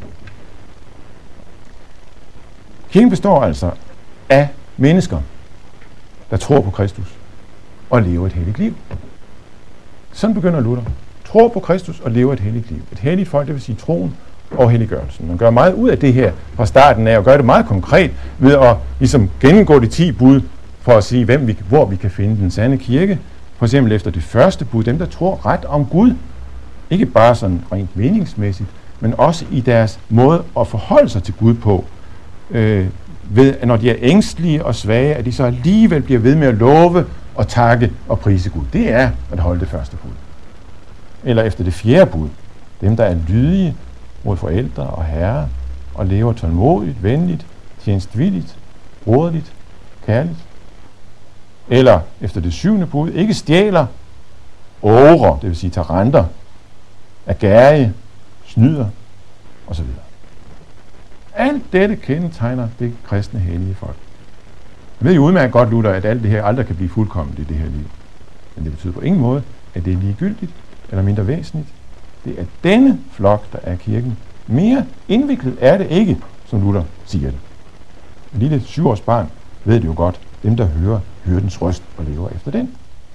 Kirken består altså af mennesker, der tror på Kristus og lever et helligt liv. Sådan begynder Luther. Tror på Kristus og lever et helligt liv. Et helligt folk, det vil sige troen og helliggørelsen. Man gør meget ud af det her fra starten af, og gør det meget konkret ved at ligesom gennemgå de ti bud for at sige, hvem vi, hvor vi kan finde den sande kirke. For eksempel efter det første bud, dem der tror ret om Gud. Ikke bare sådan rent meningsmæssigt, men også i deres måde at forholde sig til Gud på. Øh, ved, at når de er ængstlige og svage, at de så alligevel bliver ved med at love og takke og prise Gud. Det er at holde det første bud. Eller efter det fjerde bud, dem der er lydige mod forældre og herrer, og lever tålmodigt, venligt, tjenstvilligt, broderligt, kærligt. Eller efter det syvende bud, ikke stjæler, åger, det vil sige tager renter, er gærige, snyder osv. Alt dette kendetegner det kristne hellige folk. Jeg ved jo udmærket godt, Luther, at alt det her aldrig kan blive fuldkomment i det her liv. Men det betyder på ingen måde, at det er ligegyldigt eller mindre væsentligt. Det er denne flok, der er kirken. Mere indviklet er det ikke, som Luther siger det. Et lille syvårs barn ved det jo godt. Dem, der hører, hører dens røst og lever efter den.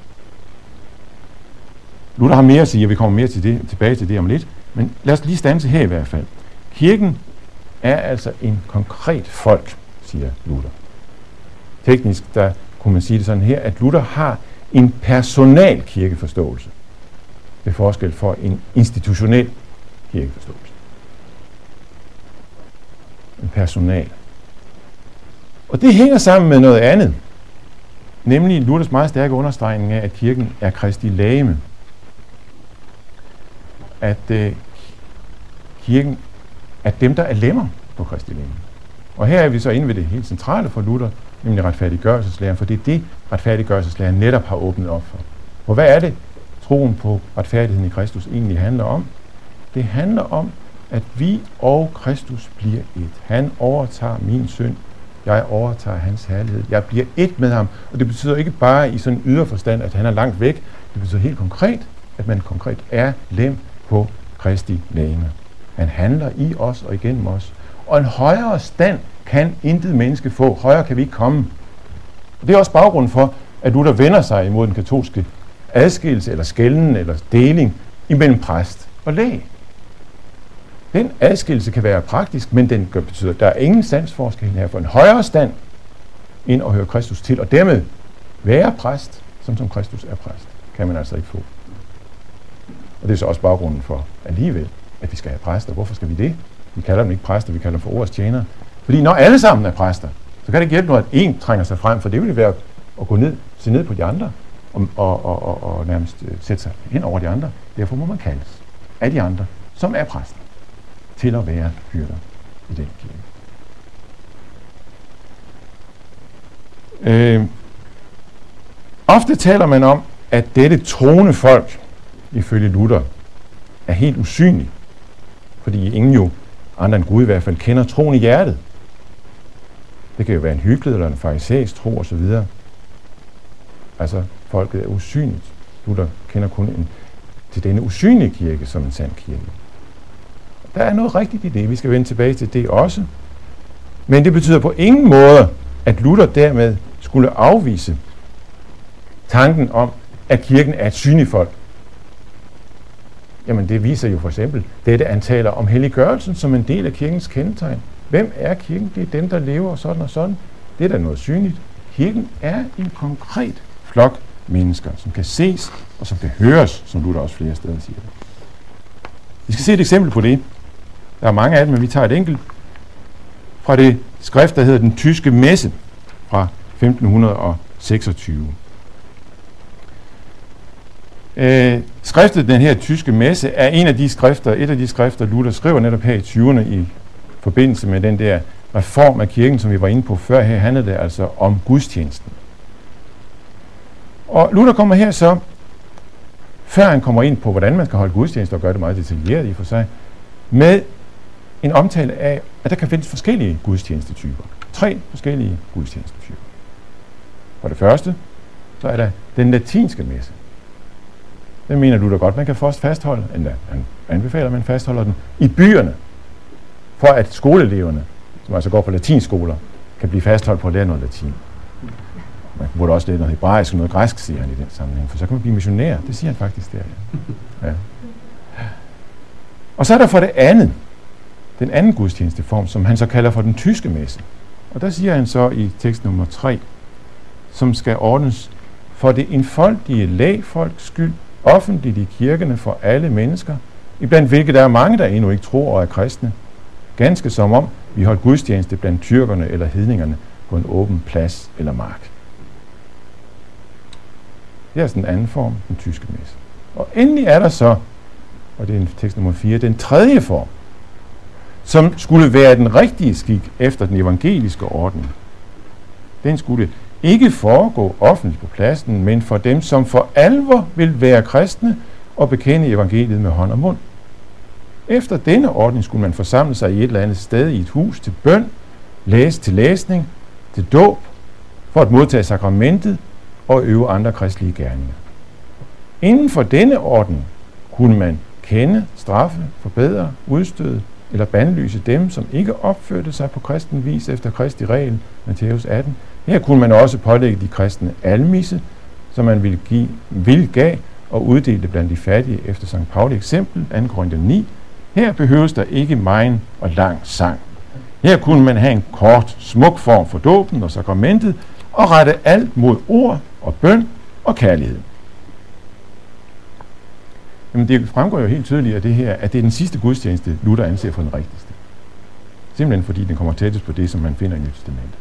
Luther har mere at sige, og vi kommer mere til det, tilbage til det om lidt. Men lad os lige standse her i hvert fald. Kirken er altså en konkret folk, siger Luther. Teknisk, der kunne man sige det sådan her, at Luther har en personal kirkeforståelse. Det er forskel for en institutionel kirkeforståelse. En personal. Og det hænger sammen med noget andet. Nemlig Luthers meget stærke understregning af, at kirken er Kristi legeme. At øh, kirken er dem, der er lemmer på Kristi legeme. Og her er vi så inde ved det helt centrale for Luther, nemlig retfærdiggørelseslæren, for det er det, retfærdiggørelseslæren netop har åbnet op for. Og hvad er det, troen på retfærdigheden i Kristus egentlig handler om? Det handler om, at vi og Kristus bliver et. Han overtager min synd. Jeg overtager hans herlighed. Jeg bliver et med ham. Og det betyder ikke bare i sådan en ydre forstand, at han er langt væk. Det betyder helt konkret, at man konkret er lem på Kristi legeme. Han handler i os og igennem os. Og en højere stand kan intet menneske få. Højere kan vi ikke komme. Og det er også baggrunden for, at Luther vender sig imod den katolske adskillelse eller skelnen eller deling imellem præst og læge. Den adskillelse kan være praktisk, men den betyder, at der er ingen standsforskel her for en højere stand ind og høre Kristus til, og dermed være præst, som som Kristus er præst, kan man altså ikke få. Og det er så også baggrunden for alligevel, at vi skal have præster. Hvorfor skal vi det? Vi kalder dem ikke præster, vi kalder dem for ordets tjenere. Fordi når alle sammen er præster, så kan det ikke hjælpe noget, at en trænger sig frem, for det vil være at gå ned, se ned på de andre, og, og, og, og, og nærmest uh, sætte sig hen over de andre. Derfor må man kaldes af de andre, som er præster, til at være hyrder i den kirke. Øh, ofte taler man om, at dette troende folk, ifølge Luther, er helt usynligt, fordi ingen jo, andre end Gud i hvert fald, kender troen i hjertet. Det kan jo være en hyggelig eller en farisæisk tro osv. Altså, folket er usynligt. Luther kender kun en, til denne usynlige kirke som en sand kirke. Der er noget rigtigt i det. Vi skal vende tilbage til det også. Men det betyder på ingen måde, at Luther dermed skulle afvise tanken om, at kirken er et synligt folk. Jamen det viser jo for eksempel dette, han taler om helliggørelsen som en del af kirkens kendetegn. Hvem er kirken? Det er dem, der lever sådan og sådan. Det er da noget synligt. Kirken er en konkret flok mennesker, som kan ses og som kan høres, som Luther også flere steder siger det. Vi skal se et eksempel på det. Der er mange af dem, men vi tager et enkelt fra det skrift, der hedder Den Tyske Messe fra femten seksogtyve. Øh, skriftet, den her tyske messe, er en af de skrifter, et af de skrifter, Luther skriver netop her i tyverne i forbindelse med den der reform af kirken, som vi var inde på før. Her handlede det altså om gudstjenesten. Og Luther kommer her så, før han kommer ind på, hvordan man skal holde gudstjenester, og gør det meget detaljeret i for sig, med en omtale af, at der kan findes forskellige gudstjenestetyper. Tre forskellige gudstjenestetyper. For det første, så er der den latinske messe. Den mener Luther godt, man kan først fastholde, endda han anbefaler, at man fastholder den i byerne, for at skoleeleverne, som altså går på latinskoler, kan blive fastholdt på at lære noget latin. Man burde også lære noget hebraisk og noget græsk, siger han i den sammenhæng, for så kan man blive missionær. Det siger han faktisk der. Ja. Ja. Og så er der for det andet, den anden gudstjenesteform, som han så kalder for den tyske messe. Og der siger han så i tekst nummer tre, som skal ordnes for det enfoldige lægfolks skyld, offentligt i kirkerne for alle mennesker, iblandt hvilke der er mange, der endnu ikke tror og er kristne, ganske som om vi holdt gudstjeneste blandt tyrkerne eller hedningerne på en åben plads eller mark. Det er sådan en anden form, den tyske messe. Og endelig er der så, og det er tekst nummer fire, den tredje form, som skulle være den rigtige skik efter den evangeliske ordning, den skulle ikke foregå offentligt på pladsen, men for dem, som for alvor vil være kristne og bekende evangeliet med hånd og mund. Efter denne ordning skulle man forsamle sig i et eller andet sted i et hus til bøn, læse til læsning, til dåb, for at modtage sakramentet og øve andre kristelige gerninger. Inden for denne orden kunne man kende, straffe, forbedre, udstøde eller bandlyse dem, som ikke opførte sig på kristen vis efter Kristi regel, Matthæus atten. Her kunne man også pålægge de kristne almisse, som man ville give, vil gav og uddele blandt de fattige efter Sankt Pauli eksempel, anden Korinther ni. Her behøves der ikke megen og lang sang. Her kunne man have en kort, smuk form for dåben og sakramentet og rette alt mod ord og bøn og kærlighed. Jamen det fremgår jo helt tydeligt af det her, at det er den sidste gudstjeneste, Luther anser for den rigtigste. Simpelthen fordi den kommer tættest på det, som man finder i Nyt Testamentet.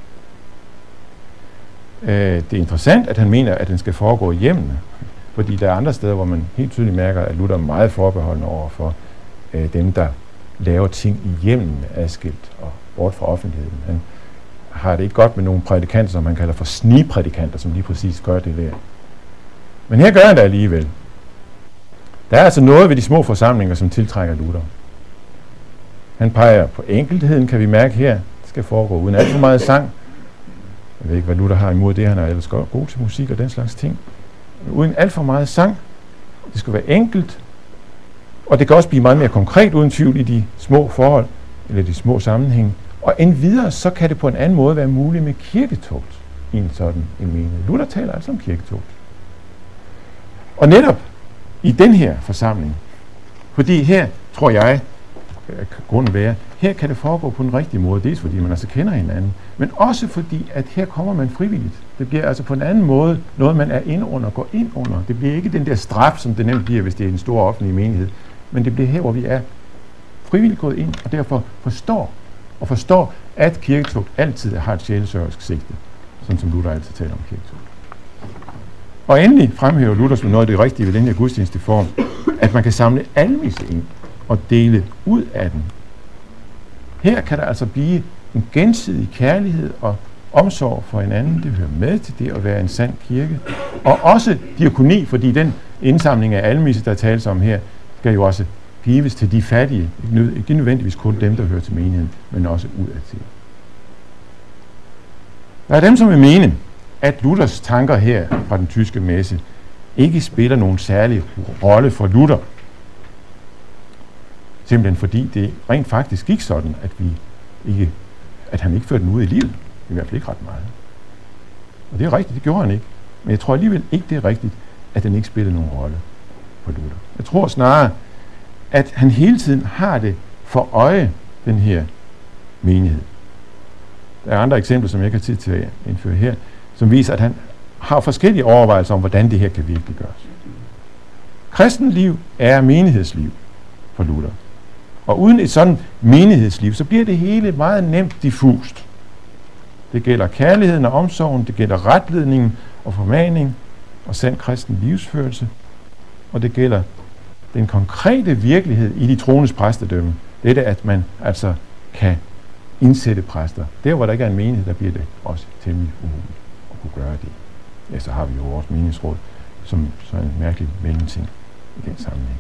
Det er interessant, at han mener, at den skal foregå i hjemmene, fordi der er andre steder, hvor man helt tydeligt mærker, at Luther er meget forbeholdende over for øh, dem, der laver ting i hjemmene adskilt og bort fra offentligheden. Han har det ikke godt med nogle prædikanter, som man kalder for snigprædikanter, som lige præcis gør det der. Men her gør han det alligevel. Der er altså noget ved de små forsamlinger, som tiltrækker Luther. Han peger på enkeltheden, kan vi mærke her. Det skal foregå uden alt for meget sang. Jeg ved ikke, hvad Luther har imod det. Han er ellers god til musik og den slags ting. Men uden alt for meget sang. Det skal være enkelt. Og det kan også blive meget mere konkret uden tvivl i de små forhold, eller de små sammenhænge. Og endvidere, så kan det på en anden måde være muligt med kirketugt i en sådan en menighed. Luther taler altså om kirketugt. Og netop i den her forsamling, fordi her, tror jeg, kan grunden være, her kan det foregå på den rigtige måde, dels fordi man altså kender hinanden, men også fordi, at her kommer man frivilligt. Det bliver altså på en anden måde noget, man er ind under, går ind under. Det bliver ikke den der straf, som det nemt bliver, hvis det er en stor offentlig menighed, men det bliver her, hvor vi er frivilligt gået ind, og derfor forstår, og forstår, at kirketugt altid har et sjælesørgerisk sigte, sådan som Luther altid taler om kirketugt. Og endelig fremhæver Luther som noget af det rigtige ved den her gudstjenesteform, at man kan samle almisse ind og dele ud af den. Her kan der altså blive en gensidig kærlighed og omsorg for hinanden. Det hører med til det at være en sand kirke. Og også diakoni, fordi den indsamling af almisse, der tales om her, skal jo også gives til de fattige. Ikke nødvendigvis kun dem, der hører til menigheden, men også udadtil. Der er dem, som vil mene, at Luthers tanker her fra den tyske messe ikke spiller nogen særlig rolle for Luther. Simpelthen fordi det rent faktisk gik sådan, at, vi ikke, at han ikke førte den ud i livet. I hvert fald ikke ret meget. Og det er rigtigt, det gjorde han ikke. Men jeg tror alligevel ikke, det er rigtigt, at den ikke spillede nogen rolle for Luther. Jeg tror snarere, at han hele tiden har det for øje, den her menighed. Der er andre eksempler, som jeg ikke har tid til at indføre her, som viser, at han har forskellige overvejelser om, hvordan det her kan virkelig gøres. Kristenliv er menighedsliv for Luther. Og uden et sådan menighedsliv, så bliver det hele meget nemt diffust. Det gælder kærligheden og omsorgen, det gælder retledningen og formaning og sand kristen livsførelse, og det gælder den konkrete virkelighed i de troendes præstedømme. Det er, at man altså kan indsætte præster. Der, hvor der ikke er en menighed, der bliver det også temmelig umuligt at kunne gøre det. Ja, så har vi jo vores menighedsråd som sådan en mærkelig mellemting i den sammenhæng.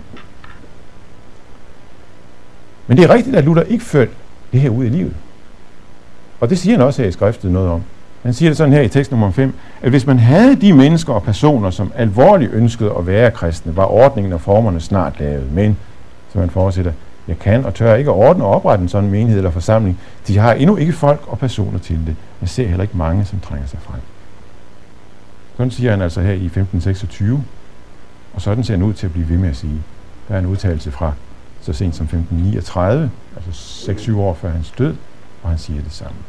Men det er rigtigt, at Luther ikke førte det her ud i livet. Og det siger han også her i skriftet noget om. Han siger det sådan her i tekst nummer fem, at hvis man havde de mennesker og personer, som alvorligt ønskede at være kristne, var ordningen og formerne snart lavet. Men, som han fortsætter, jeg kan og tør ikke ordne og oprette en sådan menighed eller forsamling. De har endnu ikke folk og personer til det. Jeg ser heller ikke mange, som trænger sig frem. Sådan siger han altså her i femten seksogtyve, og sådan ser han ud til at blive ved med at sige. Der er en udtalelse fra så sent som femten niogtredive, altså seks syv år før hans død, og han siger det samme.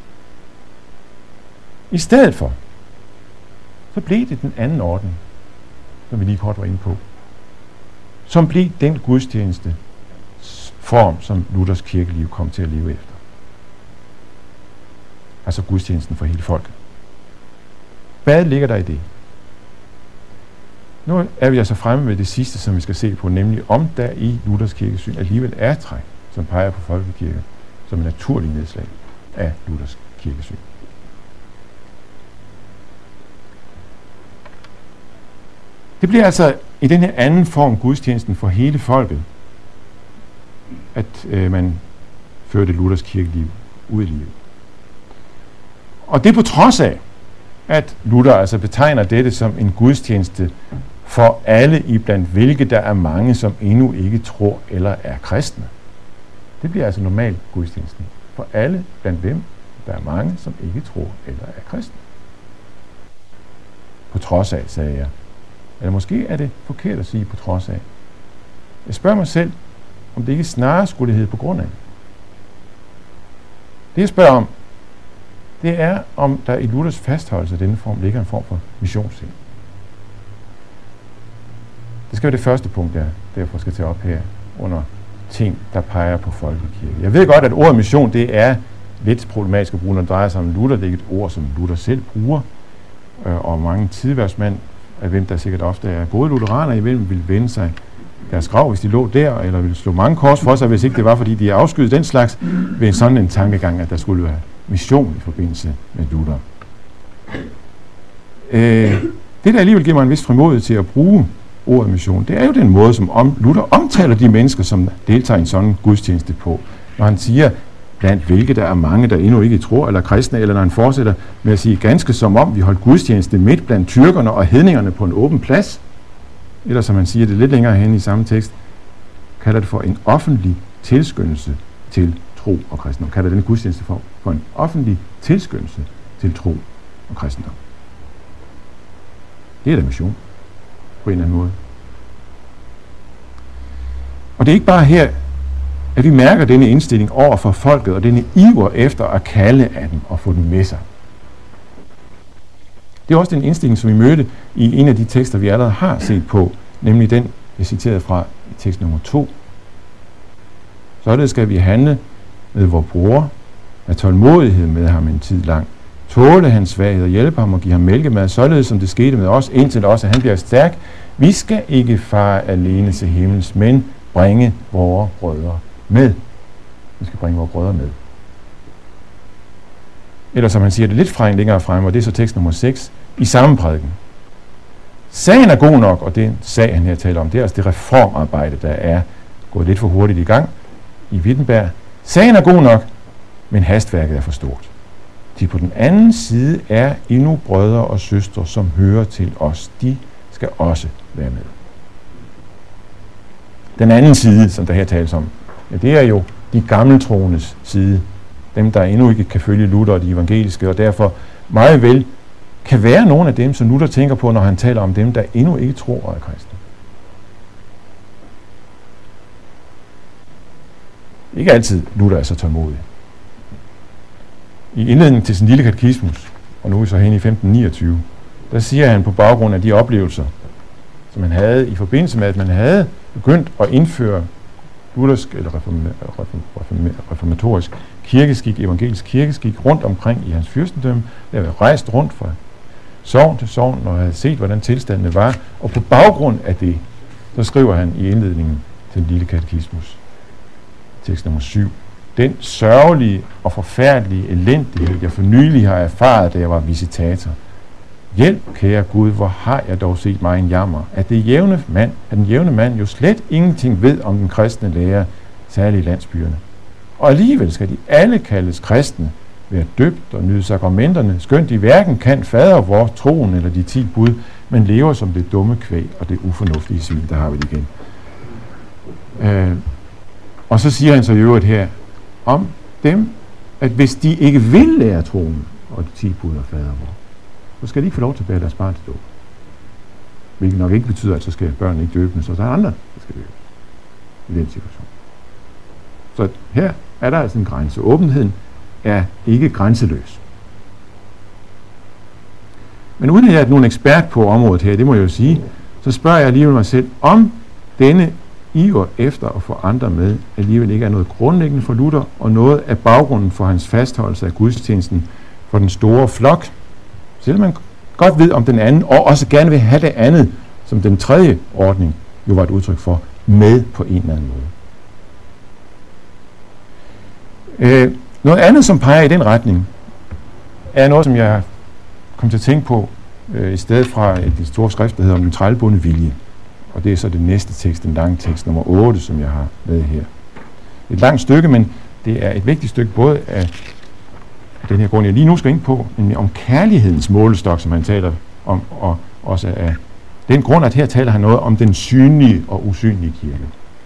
I stedet for, så blev det den anden orden, som vi lige kort var inde på, som blev den gudstjeneste form, som Luthers kirkeliv kom til at leve efter. Altså gudstjenesten for hele folket. Hvad ligger der i det? Nu er vi altså fremme ved det sidste, som vi skal se på, nemlig om der i Luthers kirkesyn alligevel er træk, som peger på folkekirke som en naturlig nedslag af Luthers kirkesyn. Det bliver altså i den her anden form gudstjenesten for hele folket, at øh, man førte Luthers kirkeliv ud i livet. Og det på trods af, at Luther altså betegner dette som en gudstjeneste for alle, iblandt hvilke der er mange, som endnu ikke tror eller er kristne. Det bliver altså normalt gudstjenesten for alle, blandt hvem der er mange, som ikke tror eller er kristne. På trods af, sagde jeg. Eller måske er det forkert at sige på trods af. Jeg spørger mig selv, om det ikke snarere skulle hedde på grund af. Det jeg spørger om, det er, om der i Luthers fastholdelse af denne form ligger en form for missionssind. Det skal være det første punkt, jeg derfor skal tage op her under ting, der peger på folkekirke. Jeg ved godt, at ordet mission, det er lidt problematisk at bruge, når det drejer sig om Luther. Det er ikke et ord, som Luther selv bruger, og mange tidværksmænd, af hvem der sikkert ofte er gode lutheraner imellem, vil vende sig deres grav, hvis de lå der, eller ville slå mange kors for sig, hvis ikke det var, fordi de er afskyet den slags, ved sådan en tankegang, at der skulle være mission i forbindelse med Luther. Øh, det, der alligevel giver mig en vis frimodighed til at bruge ordet mission, det er jo den måde, som om Luther omtaler de mennesker, som deltager i en sådan gudstjeneste på. Når han siger, blandt hvilke der er mange, der endnu ikke tror eller kristne, eller når han fortsætter med at sige, ganske som om vi holdt gudstjeneste midt blandt tyrkerne og hedningerne på en åben plads, eller som han siger det lidt længere hen i samme tekst, kalder det for en offentlig tilskyndelse til tro og kristendom. Kalder denne gudstjeneste for, for en offentlig tilskyndelse til tro og kristendom. Det er da mission, på en eller anden måde. Og det er ikke bare her, at vi mærker denne indstilling over for folket, og denne iver efter at kalde af dem og få dem med sig. Det er også den indstilling, som vi mødte i en af de tekster, vi allerede har set på, nemlig den, jeg citerede fra i tekst nummer to. Således skal vi handle med vor bror, have tålmodighed med ham en tid lang, tåle hans svaghed og hjælpe ham og give ham mælkemad, således som det skete med os, indtil også at han bliver stærk. Vi skal ikke fare alene til himmels, men bringe vores brødre med. Vi skal bringe vores brødre med. Eller som han siger det lidt fra en længere frem, og det er så tekst nummer seks, i samme prædiken. Sagen er god nok, og det sag, han her taler om, det er altså det reformarbejde, der er gået lidt for hurtigt i gang i Wittenberg. Sagen er god nok, men hastværket er for stort. De på den anden side er endnu brødre og søstre, som hører til os. De skal også være med. Den anden side, som der her tales om, ja, det er jo de gammeltroendes side. Dem, der endnu ikke kan følge Luther og de evangeliske, og derfor meget vel kan være nogle af dem, som Luther tænker på, når han taler om dem, der endnu ikke tror og er kristne. Ikke altid Luther er så tålmodig. I indledningen til sin lille katekismus, og nu er vi så hen i femten niogtyve, der siger han på baggrund af de oplevelser, som han havde i forbindelse med, at man havde begyndt at indføre luthersk eller reform- reform- reformatorisk kirkeskik, evangelisk kirkeskik rundt omkring i hans fyrstendømme. Der havde rejst rundt fra sogn til sogn og havde set, hvordan tilstandene var. Og på baggrund af det, så skriver han i indledningen til den lille katekismus, tekst nummer syv. Den sørgelige og forfærdelige elendighed, jeg for nylig har erfaret, da jeg var visitator. Hjælp, kære Gud, hvor har jeg dog set mig en jammer, at, det jævne mand, at den jævne mand jo slet ingenting ved om den kristne lærer, særligt i landsbyerne. Og alligevel skal de alle kaldes kristne, være døbt og nyde sakramenterne, skønt de hverken kan fader vor troen eller de ti bud, men lever som det dumme kvæg og det ufornuftige svin. Der har vi det igen. Øh, og så siger han så i øvrigt her om dem, at hvis de ikke vil lære troen og de ti bud og fader vor, så skal de ikke få lov til at bære deres barn til dåb. Hvilket nok ikke betyder, at så skal børnene ikke døbe, så der er andre, der skal døbe i den situation. Så her er der altså en grænse. Åbenheden er ikke grænseløs. Men uden at jeg er nogen ekspert på området her, det må jeg jo sige, så spørger jeg alligevel mig selv, om denne iver efter at få andre med alligevel ikke er noget grundlæggende for Luther, og noget af baggrunden for hans fastholdelse af gudstjenesten for den store flok, selvom man godt ved om den anden, og også gerne vil have det andet, som den tredje ordning jo var et udtryk for, med på en eller anden måde. Øh, noget andet, som peger i den retning, er noget, som jeg kom til at tænke på øh, i stedet fra et store skrift, der hedder om den trælbundne vilje. Og det er så det næste tekst, den lange tekst nummer otte, som jeg har med her. Et langt stykke, men det er et vigtigt stykke både af, af den her grund, jeg lige nu skal ind på, nemlig om kærlighedens målestok, som han taler om, og også af den grund, at her taler han noget om den synlige og usynlige kirke.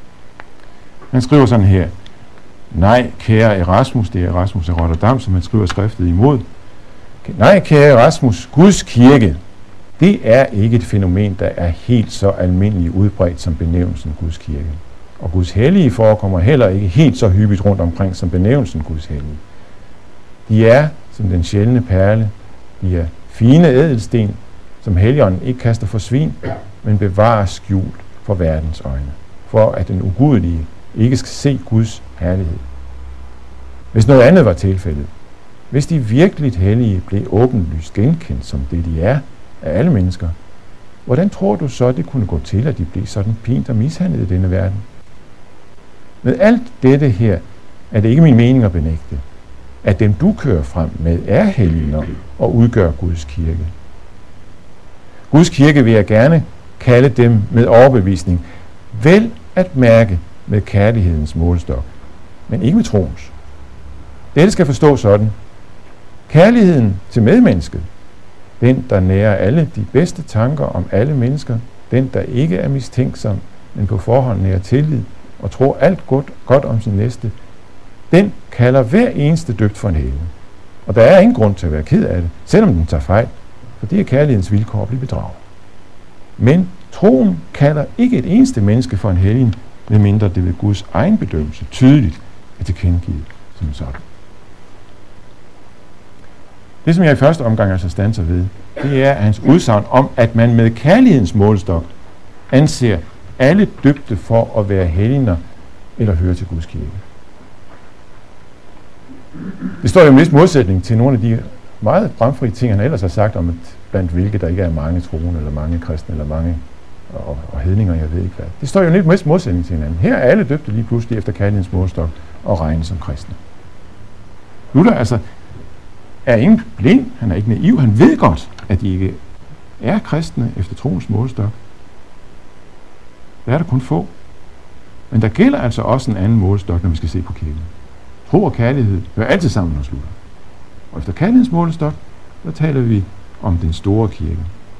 Han skriver sådan her: nej, kære Erasmus, det er Erasmus af Rotterdam, som han skriver skriftet imod. Nej, kære Erasmus, Guds kirke, det er ikke et fænomen, der er helt så almindeligt udbredt som benævnelsen Guds kirke. Og Guds hellige forekommer heller ikke helt så hyppigt rundt omkring som benævnelsen Guds hellige. De er som den sjældne perle, de er fine ædelsten, som Helligånden ikke kaster for svin, men bevarer skjult for verdens øjne, for at den ugudelige ikke skal se Guds herlighed. Hvis noget andet var tilfældet, hvis de virkeligt hellige blev åbenlyst genkendt som det de er af alle mennesker, hvordan tror du så, det kunne gå til, at de blev sådan pint og mishandlet i denne verden? Med alt dette her er det ikke min mening at benægte, at dem du kører frem med er helgener og udgør Guds kirke. Guds kirke vil jeg gerne kalde dem med overbevisning, vel at mærke med kærlighedens målestok, men ikke med troens. Dette skal forstås sådan: kærligheden til medmennesket, den der nærer alle de bedste tanker om alle mennesker, den der ikke er mistænksom, men på forhånd nærer tillid og tror alt godt, godt om sin næste, den kalder hver eneste døbt for en helgen. Og der er ingen grund til at være ked af det, selvom den tager fejl, for det er kærlighedens vilkår at blive bedraget. Men troen kalder ikke et eneste menneske for en helgen, medmindre det ved Guds egen bedømmelse tydeligt er tilkendegivet som sådan. Det, som jeg i første omgang altså standser ved, det er hans udsagn om, at man med kærlighedens målestok anser alle døbte for at være helgener eller høre til Guds kirke. Det står jo i en vis modsætning til nogle af de meget bramfrie ting, han ellers har sagt om, at blandt hvilke der ikke er mange troende, eller mange kristne, eller mange og, og hedninger, jeg ved ikke hvad. Det står jo i en vis modsætning til hinanden. Her er alle døbte lige pludselig efter kærlighedens målestok og regnes som kristne. Luther altså er ingen blind, han er ikke naiv, han ved godt, at de ikke er kristne efter troens målestok. Der er der kun få. Men der gælder altså også en anden målestok, når vi skal se på kirken. Tro og kærlighed hører altid sammen hos Luther. Og efter kærlighedens målestok, der taler vi om den store kirke.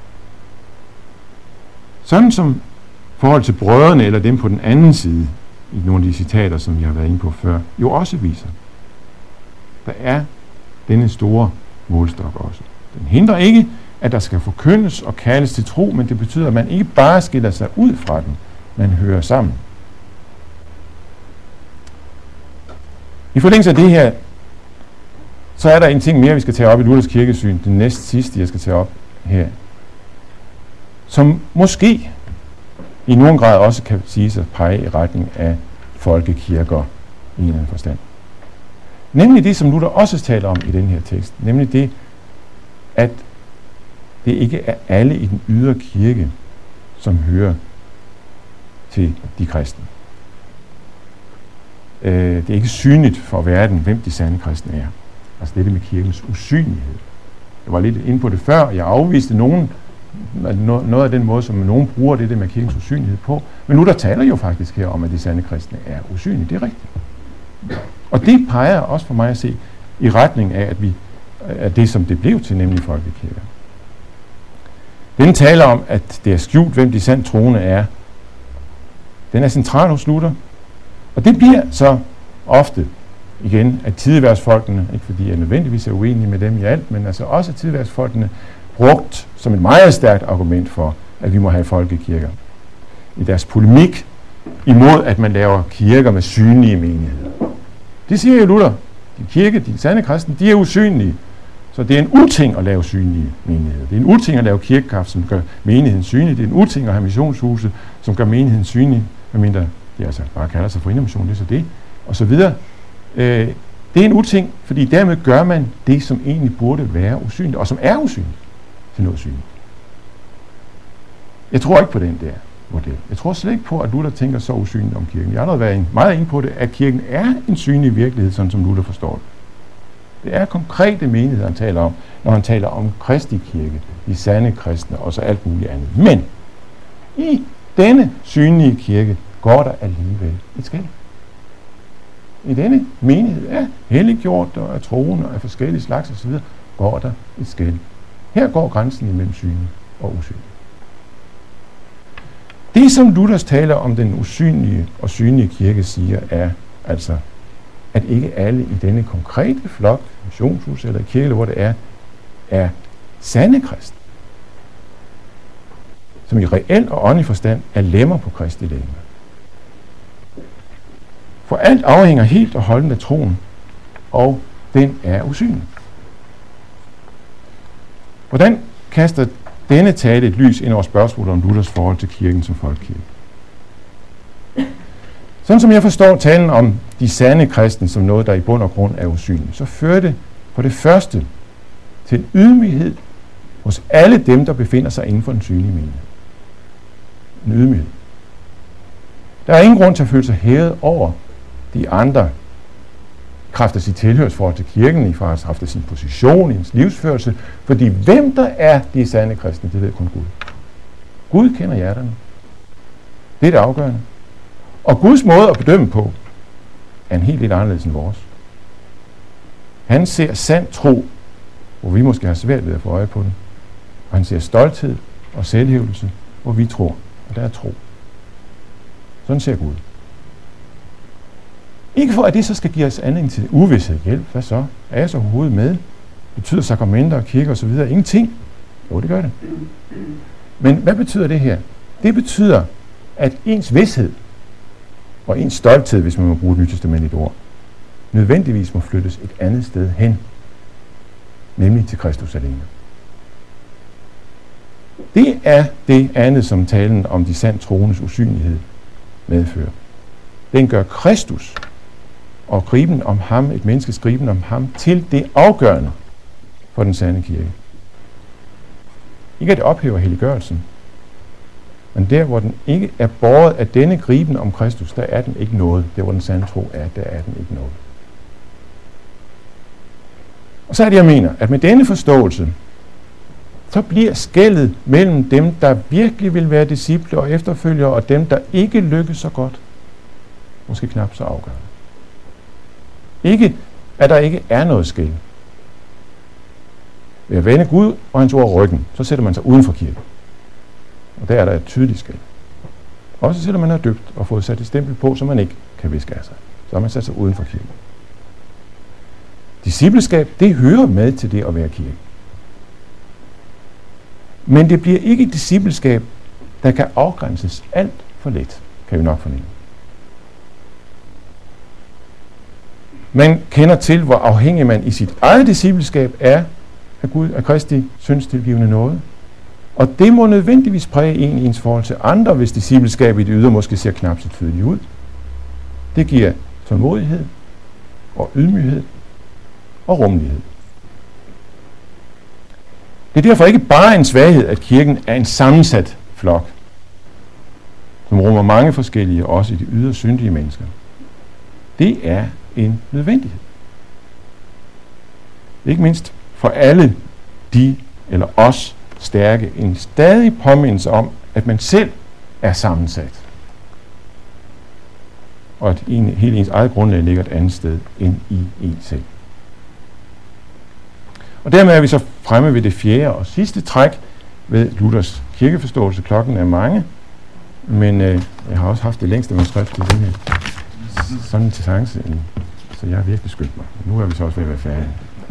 Sådan som forhold til brødrene eller dem på den anden side, i nogle af de citater, som jeg har været inde på før, jo også viser. Der er denne store målestok også. Den hindrer ikke, at der skal forkyndes og kaldes til tro, men det betyder, at man ikke bare skiller sig ud fra den, man hører sammen. I forlængelse af det her, så er der en ting mere, vi skal tage op i Luthers kirkesyn, den næst sidste, jeg skal tage op her, som måske i nogen grad også kan siges at pege i retning af folkekirker i en eller anden forstand. Nemlig det, som Luther også taler om i den her tekst, nemlig det, at det ikke er alle i den ydre kirke, som hører til de kristne. Øh, det er ikke synligt for verden, hvem de sande kristne er. Altså det med kirkens usynlighed. Jeg var lidt inde på det før, jeg afviste nogen, noget af den måde, som nogen bruger det med kirkens usynlighed på. Men nu der taler jo faktisk her om, at de sande kristne er usynlige. Det er rigtigt. Og det peger også for mig at se i retning af, at vi at det, som det blev til, nemlig folkekirker. Den taler om, at det er skjult, hvem de sandt troende er. Den er central hos Luther. Og det bliver så ofte, igen, at tideværdsfolkene, ikke fordi jeg nødvendigvis er uenig med dem i alt, men altså også tideværdsfolkene, brugt som et meget stærkt argument for, at vi må have folkekirker. I deres polemik imod, at man laver kirker med synlige menigheder. Det siger jo Luther. De kirke, de sande kristne, de er usynlige. Så det er en uting at lave synlige menigheder. Det er en uting at lave kirkekaffe, som gør menigheden synlig. Det er en uting at have missionshuse, som gør menigheden synlig, medmindre de altså bare kalder sig for Indermission, det er så det, og så videre. Øh, det er en uting, fordi dermed gør man det, som egentlig burde være usynligt, og som er usynligt, til noget synligt. Jeg tror ikke på den der. model. Jeg tror slet ikke på, at Luther tænker så usynligt om kirken. Jeg har allerede været meget inde på det, at kirken er en synlig virkelighed, sådan som Luther forstår det. Det er konkrete menigheder, han taler om, når han taler om Kristi kirke, de sande kristne og så alt muligt andet. Men i denne synlige kirke går der alligevel et skel. I denne menighed er helliggjort og er troende og er forskellige slags osv., går der et skel. Her går grænsen imellem synlig og usynlig. Det, som Luthers taler om den usynlige og synlige kirke siger, er altså, at ikke alle i denne konkrete flok, missionshus eller kirke, eller hvor det er, er sande kristne, som i reel og åndelig forstand er lemmer på Kristi legeme. For alt afhænger helt og holdent af troen, og den er usynlig. Hvordan kaster denne tale et lys ind over spørgsmålet om Luthers forhold til kirken som folkekirke? Sådan som jeg forstår talen om de sande kristne som noget, der i bund og grund er usynligt, så fører det for det første til ydmyghed hos alle dem, der befinder sig inden for den synlige menighed. En ydmyghed. Der er ingen grund til at føle sig hævet over de andre kræfter sit tilhørsforhold til kirken, i fra kraft af sin position, i ens livsførelse, fordi hvem der er de sande kristne, det ved kun Gud. Gud kender hjerterne. Det er det afgørende. Og Guds måde at bedømme på er en helt lidt anderledes end vores. Han ser sand tro, hvor vi måske har svært ved at få øje på den. Og han ser stolthed og selvhævdelse, hvor vi tror, og der er tro. Sådan ser Gud. Ikke for, at det så skal give os anledning til uvished hjælp. Hvad så? Er jeg så overhovedet med? Betyder sakramenter og kirker osv. ingenting? Jo, det gør det. Men hvad betyder det her? Det betyder, at ens vished og ens stolthed, hvis man må bruge et nytestamentligt ord, nødvendigvis må flyttes et andet sted hen, nemlig til Kristus alene. Det er det andet, som talen om de sand troendes usynlighed medfører. Den gør Kristus og griben om ham, et menneskes griben om ham, til det afgørende for den sande kirke. Ikke at det ophæver helliggørelsen, men der, hvor den ikke er båret af denne griben om Kristus, der er den ikke noget. Der, hvor den sande tro er, der er den ikke noget. Og så er det, jeg mener, at med denne forståelse, så bliver skellet mellem dem, der virkelig vil være disciple og efterfølgere, og dem, der ikke lykkes så godt, måske knap så afgørende. Ikke, at der ikke er noget skel. Ved at vende Gud og hans ord ryggen, så sætter man sig uden for kirken. Og der er der et tydeligt skel. Også selvom man er døbt og fået sat et stempel på, så man ikke kan viske af sig. Så har man sat sig uden for kirken. Discipleskab, det hører med til det at være kirke. Men det bliver ikke et discipleskab, der kan afgrænses alt for let, kan vi nok fornemme. Man kender til, hvor afhængig man i sit eget discipleskab er af Gud, af Kristi syndstilgivende nåde. Og det må nødvendigvis præge en i ens forhold til andre, hvis discipleskabet i det ydre måske ser knap så tydeligt ud. Det giver tålmodighed og ydmyghed og rummelighed. Det er derfor ikke bare en svaghed, at kirken er en sammensat flok, som rummer mange forskellige, også i de ydre syndige mennesker. Det er en nødvendighed. Ikke mindst for alle de eller os stærke en stadig påmindelse om, at man selv er sammensat. Og at en, hele ens eget grundlag ligger et andet sted end i en selv. Og dermed er vi så fremme ved det fjerde og sidste træk ved Luthers kirkeforståelse. Klokken er mange, men øh, jeg har også haft det længste manuskript til denne sådan til chance, så jeg har virkelig skyldt mig. Nu er vi så også ved at være færdige.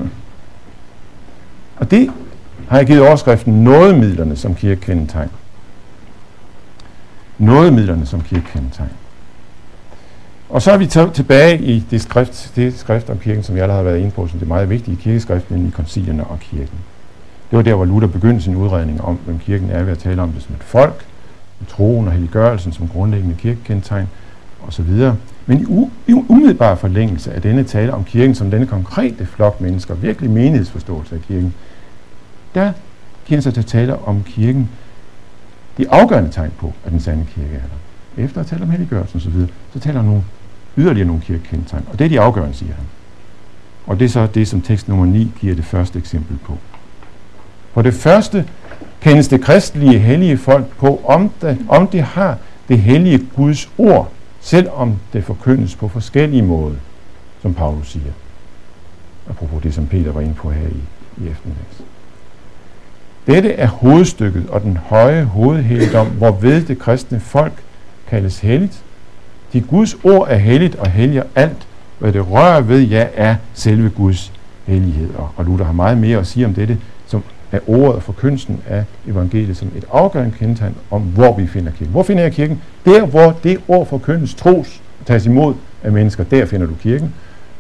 Og det har jeg givet overskriften nådemidlerne som kirkekendetegn. Nådemidlerne som kirkekendetegn. Og så er vi t- tilbage i det skrift, det skrift om kirken, som jeg allerede har været inde på, som det er meget vigtige kirkeskrift, nemlig koncilierne og kirken. Det var der, hvor Luther begyndte sin udredning om, hvem kirken er, ved at tale om det som et folk, troen og helliggørelsen som grundlæggende kirkekendetegn osv. Men i, u- i umiddelbar forlængelse af denne tale om kirken som denne konkrete flok mennesker, virkelig menighedsforståelse af kirken, der giver sig til at tale om kirken de afgørende tegn på, at den sande kirke er der. Efter at tale om helliggørelsen og så videre, så taler han nogle, yderligere nogle kirkekendetegn. Og det er de afgørende, siger han. Og det er så det, som tekst nummer ni giver det første eksempel på. For det første kendes det kristelige hellige folk på, om det, om det har det hellige Guds ord, selvom det forkyndes på forskellige måder, som Paulus siger. Apropos det, som Peter var inde på her i, i eftermiddags. Dette er hovedstykket og den høje hovedhelligdom, hvorved det kristne folk kaldes helligt. De Guds ord er helligt og helliger alt, hvad det rører ved, ja, er selve Guds hellighed. Og Luther har meget mere at sige om dette, som er ordet og forkyndelsen af evangeliet som et afgørende kendetegn om, hvor vi finder kirken. Hvor finder jeg kirken? Der, hvor det ord forkyndes, tros og tages imod af mennesker, der finder du kirken.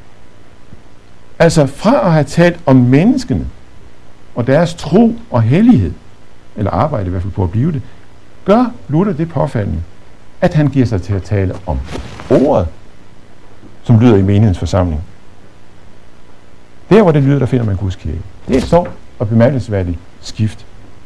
Altså fra at have talt om menneskene og deres tro og hellighed, eller arbejde i hvert fald på at blive det, gør Luther det påfaldende, at han giver sig til at tale om ordet, som lyder i menighedens forsamling. Der, hvor det lyder, der finder man Guds kirke. Det er et stort og bemærkelsesværdigt skift.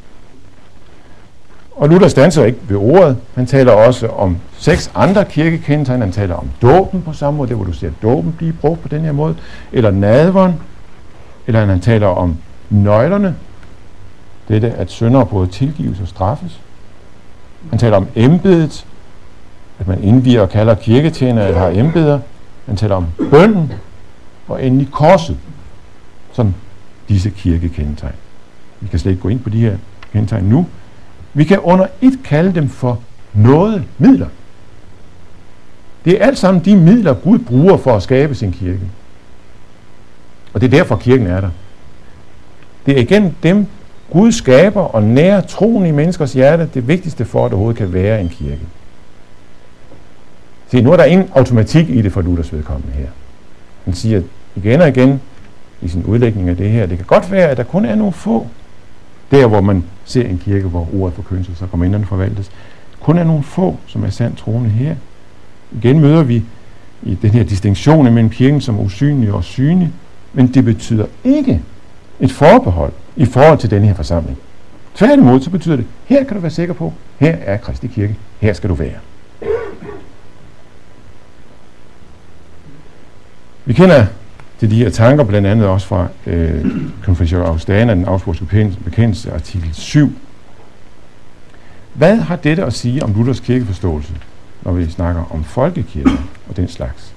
Og Luther standser ikke ved ordet. Han taler også om seks andre kirkekendetegn. Han taler om dåben på samme måde, der hvor du ser dåben blive brugt på den her måde, eller nadveren, eller han taler om nøglerne, dette at syndere både tilgives og straffes. Han taler om embedet, at man indvier og kalder kirketjenere eller har embeder. Han taler om bønnen, og endelig korset, som disse kirkekendetegn. Vi kan slet ikke gå ind på de her kendetegn nu. Vi kan under et kalde dem for nådemidler. Det er alt sammen de midler, Gud bruger for at skabe sin kirke. Og det er derfor, kirken er der. Det er igen dem, Gud skaber og nærer troen i menneskers hjerte, det vigtigste for, at der overhovedet kan være en kirke. Se, nu er der ingen automatik i det for Luthers vedkommende her. Han siger igen og igen i sin udlægning af det her, det kan godt være, at der kun er nogle få, der hvor man ser en kirke, hvor ordet forkyndes, og sakramenterne forvaltes, kun er nogle få, som er sandt troende her. Igen møder vi i den her distinktion mellem kirken som usynlig og synlig, men det betyder ikke et forbehold i forhold til denne her forsamling. Tværtimod så betyder det, her kan du være sikker på, her er Kristi kirke, her skal du være. Vi kender til de her tanker, blandt andet også fra øh, Confessio Augustana, den Augsburgske bekendelse, artikel syv. Hvad har dette at sige om Luthers kirkeforståelse, når vi snakker om folkekirker og den slags?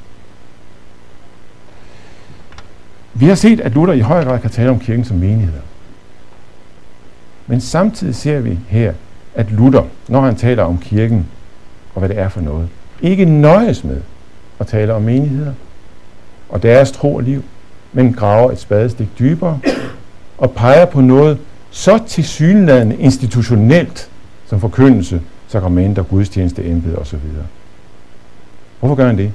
Vi har set, at Luther i høj grad kan tale om kirken som menigheder. Men samtidig ser vi her, at Luther, når han taler om kirken og hvad det er for noget, ikke nøjes med at tale om menigheder og deres tro og liv, men graver et spadestik dybere og peger på noget så tilsyneladende institutionelt som forkyndelse, sakramenter, gudstjeneste, embede osv. Hvorfor gør han det?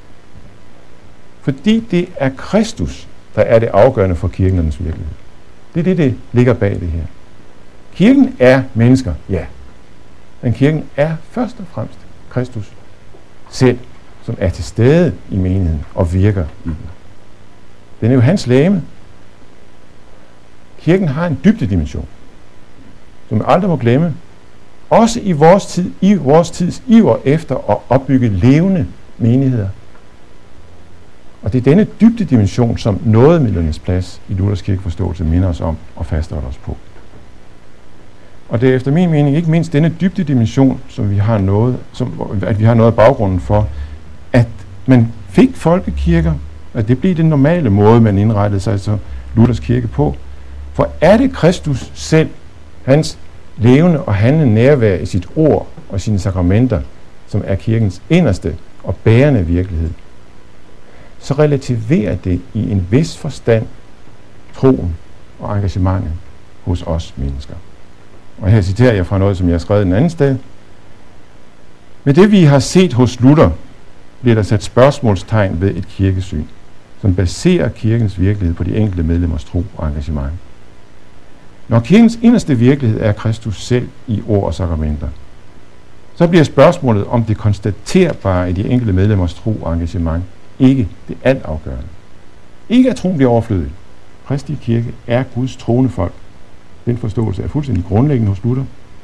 Fordi det er Kristus, der er det afgørende for kirken og dens virkelighed. Det er det, det ligger bag det her. Kirken er mennesker, ja. Men kirken er først og fremmest Kristus selv, som er til stede i menigheden og virker i den. Den er jo hans legeme. Kirken har en dybdedimension, som man aldrig må glemme. Også i vores tid, i vores tids iver efter at opbygge levende menigheder. Og det er denne dybdedimension, som nådemidlernes plads i Luthers kirkeforståelse minder os om og fastholder os på. Og det er efter min mening ikke mindst denne dybdedimension, som vi har noget, som, at vi har noget af baggrunden for, at man fik folkekirker, at det blev den normale måde, man indrettede sig så Luthers kirke på. For er det Kristus selv, hans levende og handlende nærvær i sit ord og sine sakramenter, som er kirkens inderste og bærende virkelighed, så relativerer det i en vis forstand troen og engagementet hos os mennesker. Og her citerer jeg fra noget, som jeg har skrevet en anden sted. Med det vi har set hos Luther, bliver der sat spørgsmålstegn ved et kirkesyn, som baserer kirkens virkelighed på de enkelte medlemmers tro og engagement. Når kirkens inderste virkelighed er Kristus selv i ord og sakramenter, så bliver spørgsmålet om det konstaterbare i de enkelte medlemmers tro og engagement ikke det altafgørende. Ikke at troen bliver overflødig. Kristi kirke er Guds troende folk. Den forståelse er fuldstændig grundlæggende hos Luther.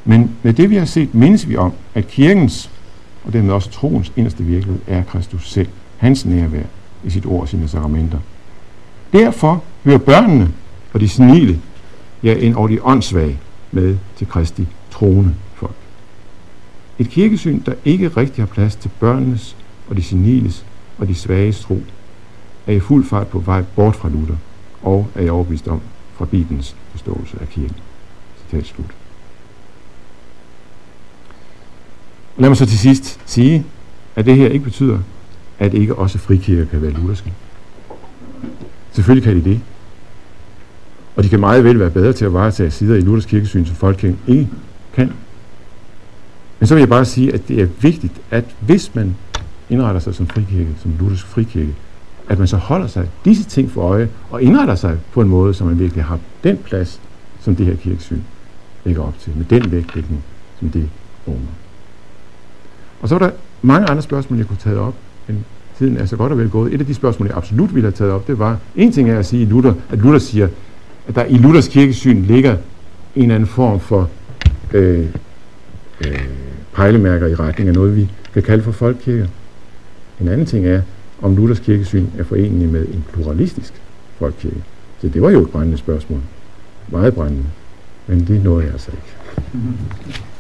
Men med det vi har set, mindes vi om, at kirkens og dermed også troens inderste virkelighed er Kristus selv, hans nærvær i sit ord og sine sakramenter. Derfor hører børnene og de senile, ja, end og de åndssvage med til Kristi troende folk. Et kirkesyn, der ikke rigtig har plads til børnenes og de seniles og de svages tro, er i fuld fart på vej bort fra Luther, og er jeg overbevist om fra Bibelens forståelse af kirken. Citat slut. Lad mig så til sidst sige, at det her ikke betyder, at ikke også frikirker kan være lutherske. Selvfølgelig kan de det. Og de kan meget vel være bedre til at varetage sider i Luthers kirkesyn, som folkekirken ikke kan. Men så vil jeg bare sige, at det er vigtigt, at hvis man indretter sig som frikirke, som luthersk frikirke, at man så holder sig disse ting for øje, og indretter sig på en måde, så man virkelig har den plads, som det her kirkesyn lægger op til, med den vægtlægning, som det rummer. Og så var der mange andre spørgsmål, jeg kunne tage op, men tiden er så godt og vel gået. Et af de spørgsmål, jeg absolut ville have taget op, det var, en ting er at sige, Luther, at Luther siger, at der i Luthers kirkesyn ligger en eller anden form for øh, øh, pejlemærker i retning af noget, vi kan kalde for folkekirker. En anden ting er, om Luthers kirkesyn er forenelig med en pluralistisk folkekirke. Så det var jo et brændende spørgsmål. Meget brændende. Men det nåede jeg altså ikke.